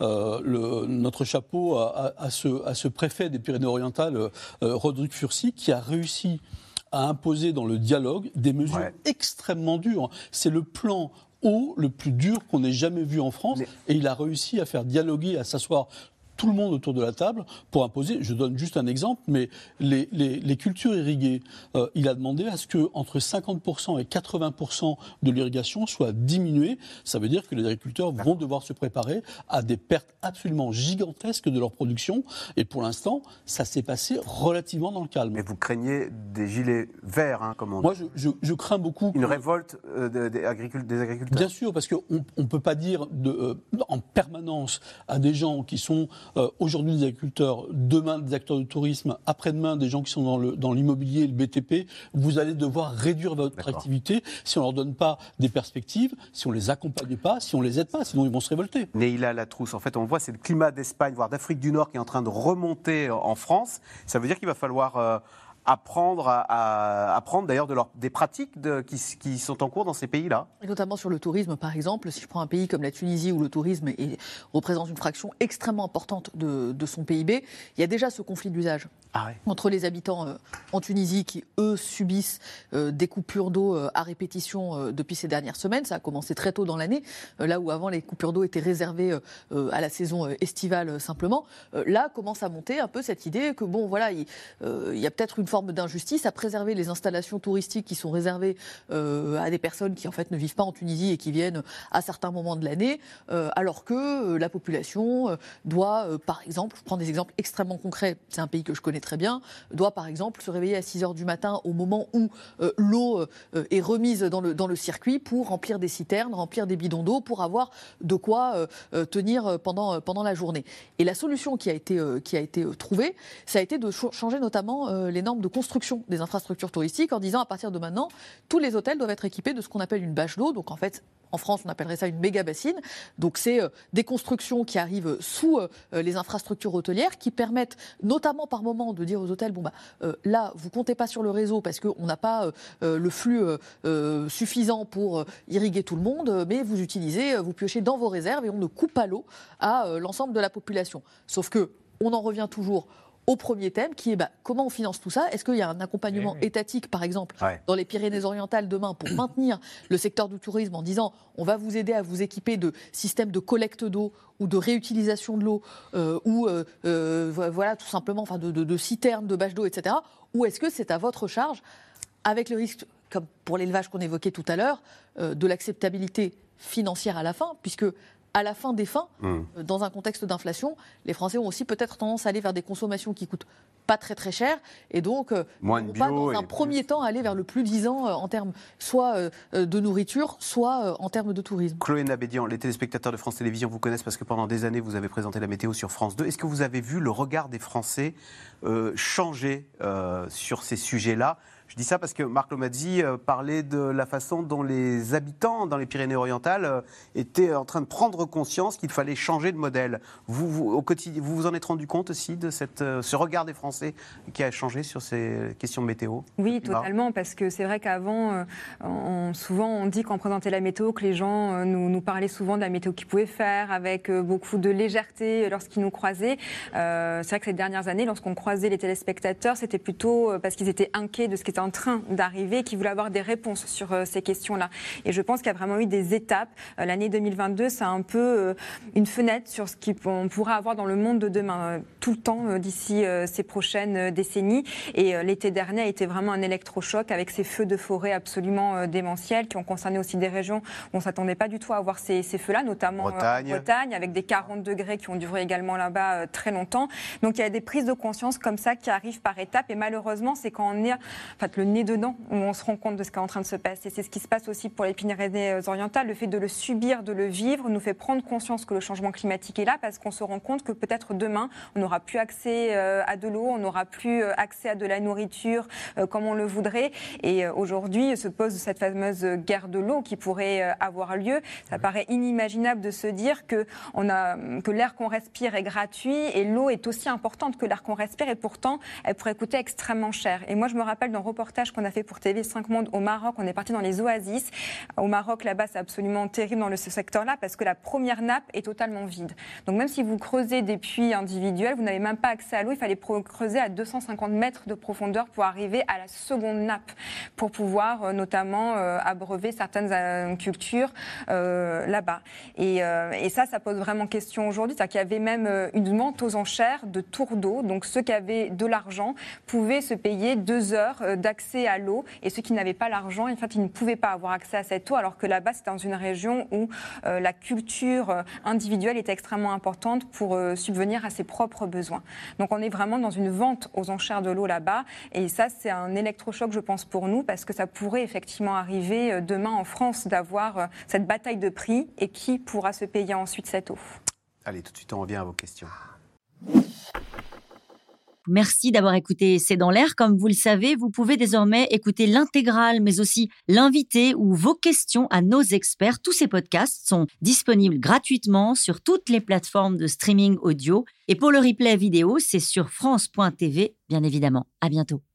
[SPEAKER 2] notre chapeau à ce préfet des Pyrénées-Orientales, Rodrigue Furcy, qui a réussi à imposer dans le dialogue des mesures extrêmement dures. C'est le plan eau le plus dur qu'on ait jamais vu en France et il a réussi à faire dialoguer, à s'asseoir tout le monde autour de la table pour imposer, je donne juste un exemple, mais les cultures irriguées, il a demandé à ce que entre 50% et 80% de l'irrigation soit diminuée. Ça veut dire que les agriculteurs vont devoir se préparer à des pertes absolument gigantesques de leur production. Et pour l'instant, ça s'est passé relativement dans le calme.
[SPEAKER 1] Mais vous craignez des gilets verts, comme on dit.
[SPEAKER 2] Moi, je crains beaucoup.
[SPEAKER 1] Une révolte des agriculteurs.
[SPEAKER 2] Bien sûr, parce qu'on ne peut pas dire en permanence à des gens qui sont aujourd'hui des agriculteurs, demain des acteurs du tourisme, après-demain des gens qui sont dans l'immobilier et le BTP, vous allez devoir réduire votre activité si on ne leur donne pas des perspectives, si on ne les accompagne pas, si on ne les aide pas, sinon ils vont se révolter.
[SPEAKER 1] Neila Latrousse, en fait on le voit, c'est le climat d'Espagne, voire d'Afrique du Nord qui est en train de remonter en France. Ça veut dire qu'il va falloir apprendre d'ailleurs des pratiques qui sont en cours dans ces pays-là.
[SPEAKER 3] Et notamment sur le tourisme, par exemple, si je prends un pays comme la Tunisie où le tourisme représente une fraction extrêmement importante de son PIB, il y a déjà ce conflit d'usage entre les habitants en Tunisie qui, eux, subissent des coupures d'eau à répétition depuis ces dernières semaines. Ça a commencé très tôt dans l'année, là où avant les coupures d'eau étaient réservées à la saison estivale simplement. Là commence à monter un peu cette idée que bon, voilà, il y a peut-être une forme d'injustice à préserver les installations touristiques qui sont réservées à des personnes qui en fait ne vivent pas en Tunisie et qui viennent à certains moments de l'année, alors que la population doit, par exemple, je prends des exemples extrêmement concrets, c'est un pays que je connais très bien, doit par exemple se réveiller à 6h du matin au moment où l'eau est remise dans le circuit pour remplir des citernes, remplir des bidons d'eau, pour avoir de quoi tenir pendant la journée. Et la solution qui a été trouvée, ça a été de changer notamment les normes de construction des infrastructures touristiques en disant à partir de maintenant, tous les hôtels doivent être équipés de ce qu'on appelle une bâche d'eau. Donc en fait, en France, on appellerait ça une méga bassine. Donc c'est des constructions qui arrivent sous les infrastructures hôtelières qui permettent notamment par moment de dire aux hôtels, là, vous comptez pas sur le réseau parce qu'on n'a pas le flux suffisant pour irriguer tout le monde, mais vous piochez dans vos réserves et on ne coupe pas l'eau à l'ensemble de la population. Sauf que on en revient toujours au premier thème qui est comment on finance tout ça. Est-ce qu'il y a un accompagnement étatique, par exemple, dans les Pyrénées-Orientales demain pour maintenir le secteur du tourisme en disant on va vous aider à vous équiper de systèmes de collecte d'eau ou de réutilisation de l'eau ou tout simplement de citernes, de bâches d'eau, etc. Ou est-ce que c'est à votre charge avec le risque, comme pour l'élevage qu'on évoquait tout à l'heure, de l'acceptabilité financière à la fin, puisque à la fin des fins, dans un contexte d'inflation, les Français ont aussi peut-être tendance à aller vers des consommations qui coûtent pas très très cher et donc
[SPEAKER 1] moins de bio,
[SPEAKER 3] pas dans un premier temps aller vers le plus disant en termes soit de nourriture, soit en termes de tourisme.
[SPEAKER 1] Chloé Nabédian, les téléspectateurs de France Télévisions vous connaissent parce que pendant des années vous avez présenté la météo sur France 2. Est-ce que vous avez vu le regard des Français changer sur ces sujets-là ? Je dis ça parce que Marc Lomazzi parlait de la façon dont les habitants dans les Pyrénées-Orientales étaient en train de prendre conscience qu'il fallait changer de modèle. Au quotidien, vous vous en êtes rendu compte aussi de ce regard des Français qui a changé sur ces questions de météo ?
[SPEAKER 4] Oui, totalement, parce que c'est vrai qu'avant, souvent on dit quand on présentait la météo que les gens nous parlaient souvent de la météo qu'ils pouvaient faire avec beaucoup de légèreté lorsqu'ils nous croisaient. C'est vrai que ces dernières années, lorsqu'on croisait les téléspectateurs, c'était plutôt parce qu'ils étaient inquiets de ce qui était en train d'arriver, qui voulaient avoir des réponses sur ces questions-là. Et je pense qu'il y a vraiment eu des étapes. L'année 2022, c'est un peu une fenêtre sur ce qu'on pourra avoir dans le monde de demain, tout le temps d'ici ces prochaines décennies. Et l'été dernier a été vraiment un électrochoc avec ces feux de forêt absolument démentiels qui ont concerné aussi des régions où on ne s'attendait pas du tout à avoir ces feux-là, notamment en Bretagne, avec des 40 degrés qui ont duré également là-bas très longtemps. Donc il y a des prises de conscience comme ça qui arrivent par étapes. Et malheureusement, c'est quand on est le nez dedans où on se rend compte de ce qui est en train de se passer. C'est ce qui se passe aussi pour les Pyrénées-Orientales. Le fait de le subir, de le vivre, nous fait prendre conscience que le changement climatique est là parce qu'on se rend compte que peut-être demain, on n'aura plus accès à de l'eau, on n'aura plus accès à de la nourriture comme on le voudrait. Et aujourd'hui, se pose cette fameuse guerre de l'eau qui pourrait avoir lieu. Ça paraît inimaginable de se dire que l'air qu'on respire est gratuit et l'eau est aussi importante que l'air qu'on respire et pourtant, elle pourrait coûter extrêmement cher. Et moi, je me rappelle d'un reportage qu'on a fait pour TV5 Monde au Maroc. On est parti dans les oasis. Au Maroc, là-bas, c'est absolument terrible dans ce secteur-là parce que la première nappe est totalement vide. Donc même si vous creusez des puits individuels, vous n'avez même pas accès à l'eau. Il fallait creuser à 250 mètres de profondeur pour arriver à la seconde nappe, pour pouvoir notamment abreuver certaines cultures là-bas. Et ça pose vraiment question aujourd'hui. C'est-à-dire qu'il y avait même une vente aux enchères de tours d'eau. Donc ceux qui avaient de l'argent pouvaient se payer 2 heures d'accès à l'eau et ceux qui n'avaient pas l'argent, en fait, ils ne pouvaient pas avoir accès à cette eau alors que là-bas, c'est dans une région où la culture individuelle était extrêmement importante pour subvenir à ses propres besoins. Donc on est vraiment dans une vente aux enchères de l'eau là-bas et ça, c'est un électrochoc, je pense, pour nous parce que ça pourrait effectivement arriver demain en France d'avoir cette bataille de prix et qui pourra se payer ensuite cette eau.
[SPEAKER 1] Allez, tout de suite, on revient à vos questions.
[SPEAKER 9] Merci d'avoir écouté C'est dans l'air. Comme vous le savez, vous pouvez désormais écouter l'intégrale, mais aussi l'invité ou vos questions à nos experts. Tous ces podcasts sont disponibles gratuitement sur toutes les plateformes de streaming audio. Et pour le replay vidéo, c'est sur France.tv, bien évidemment. À bientôt.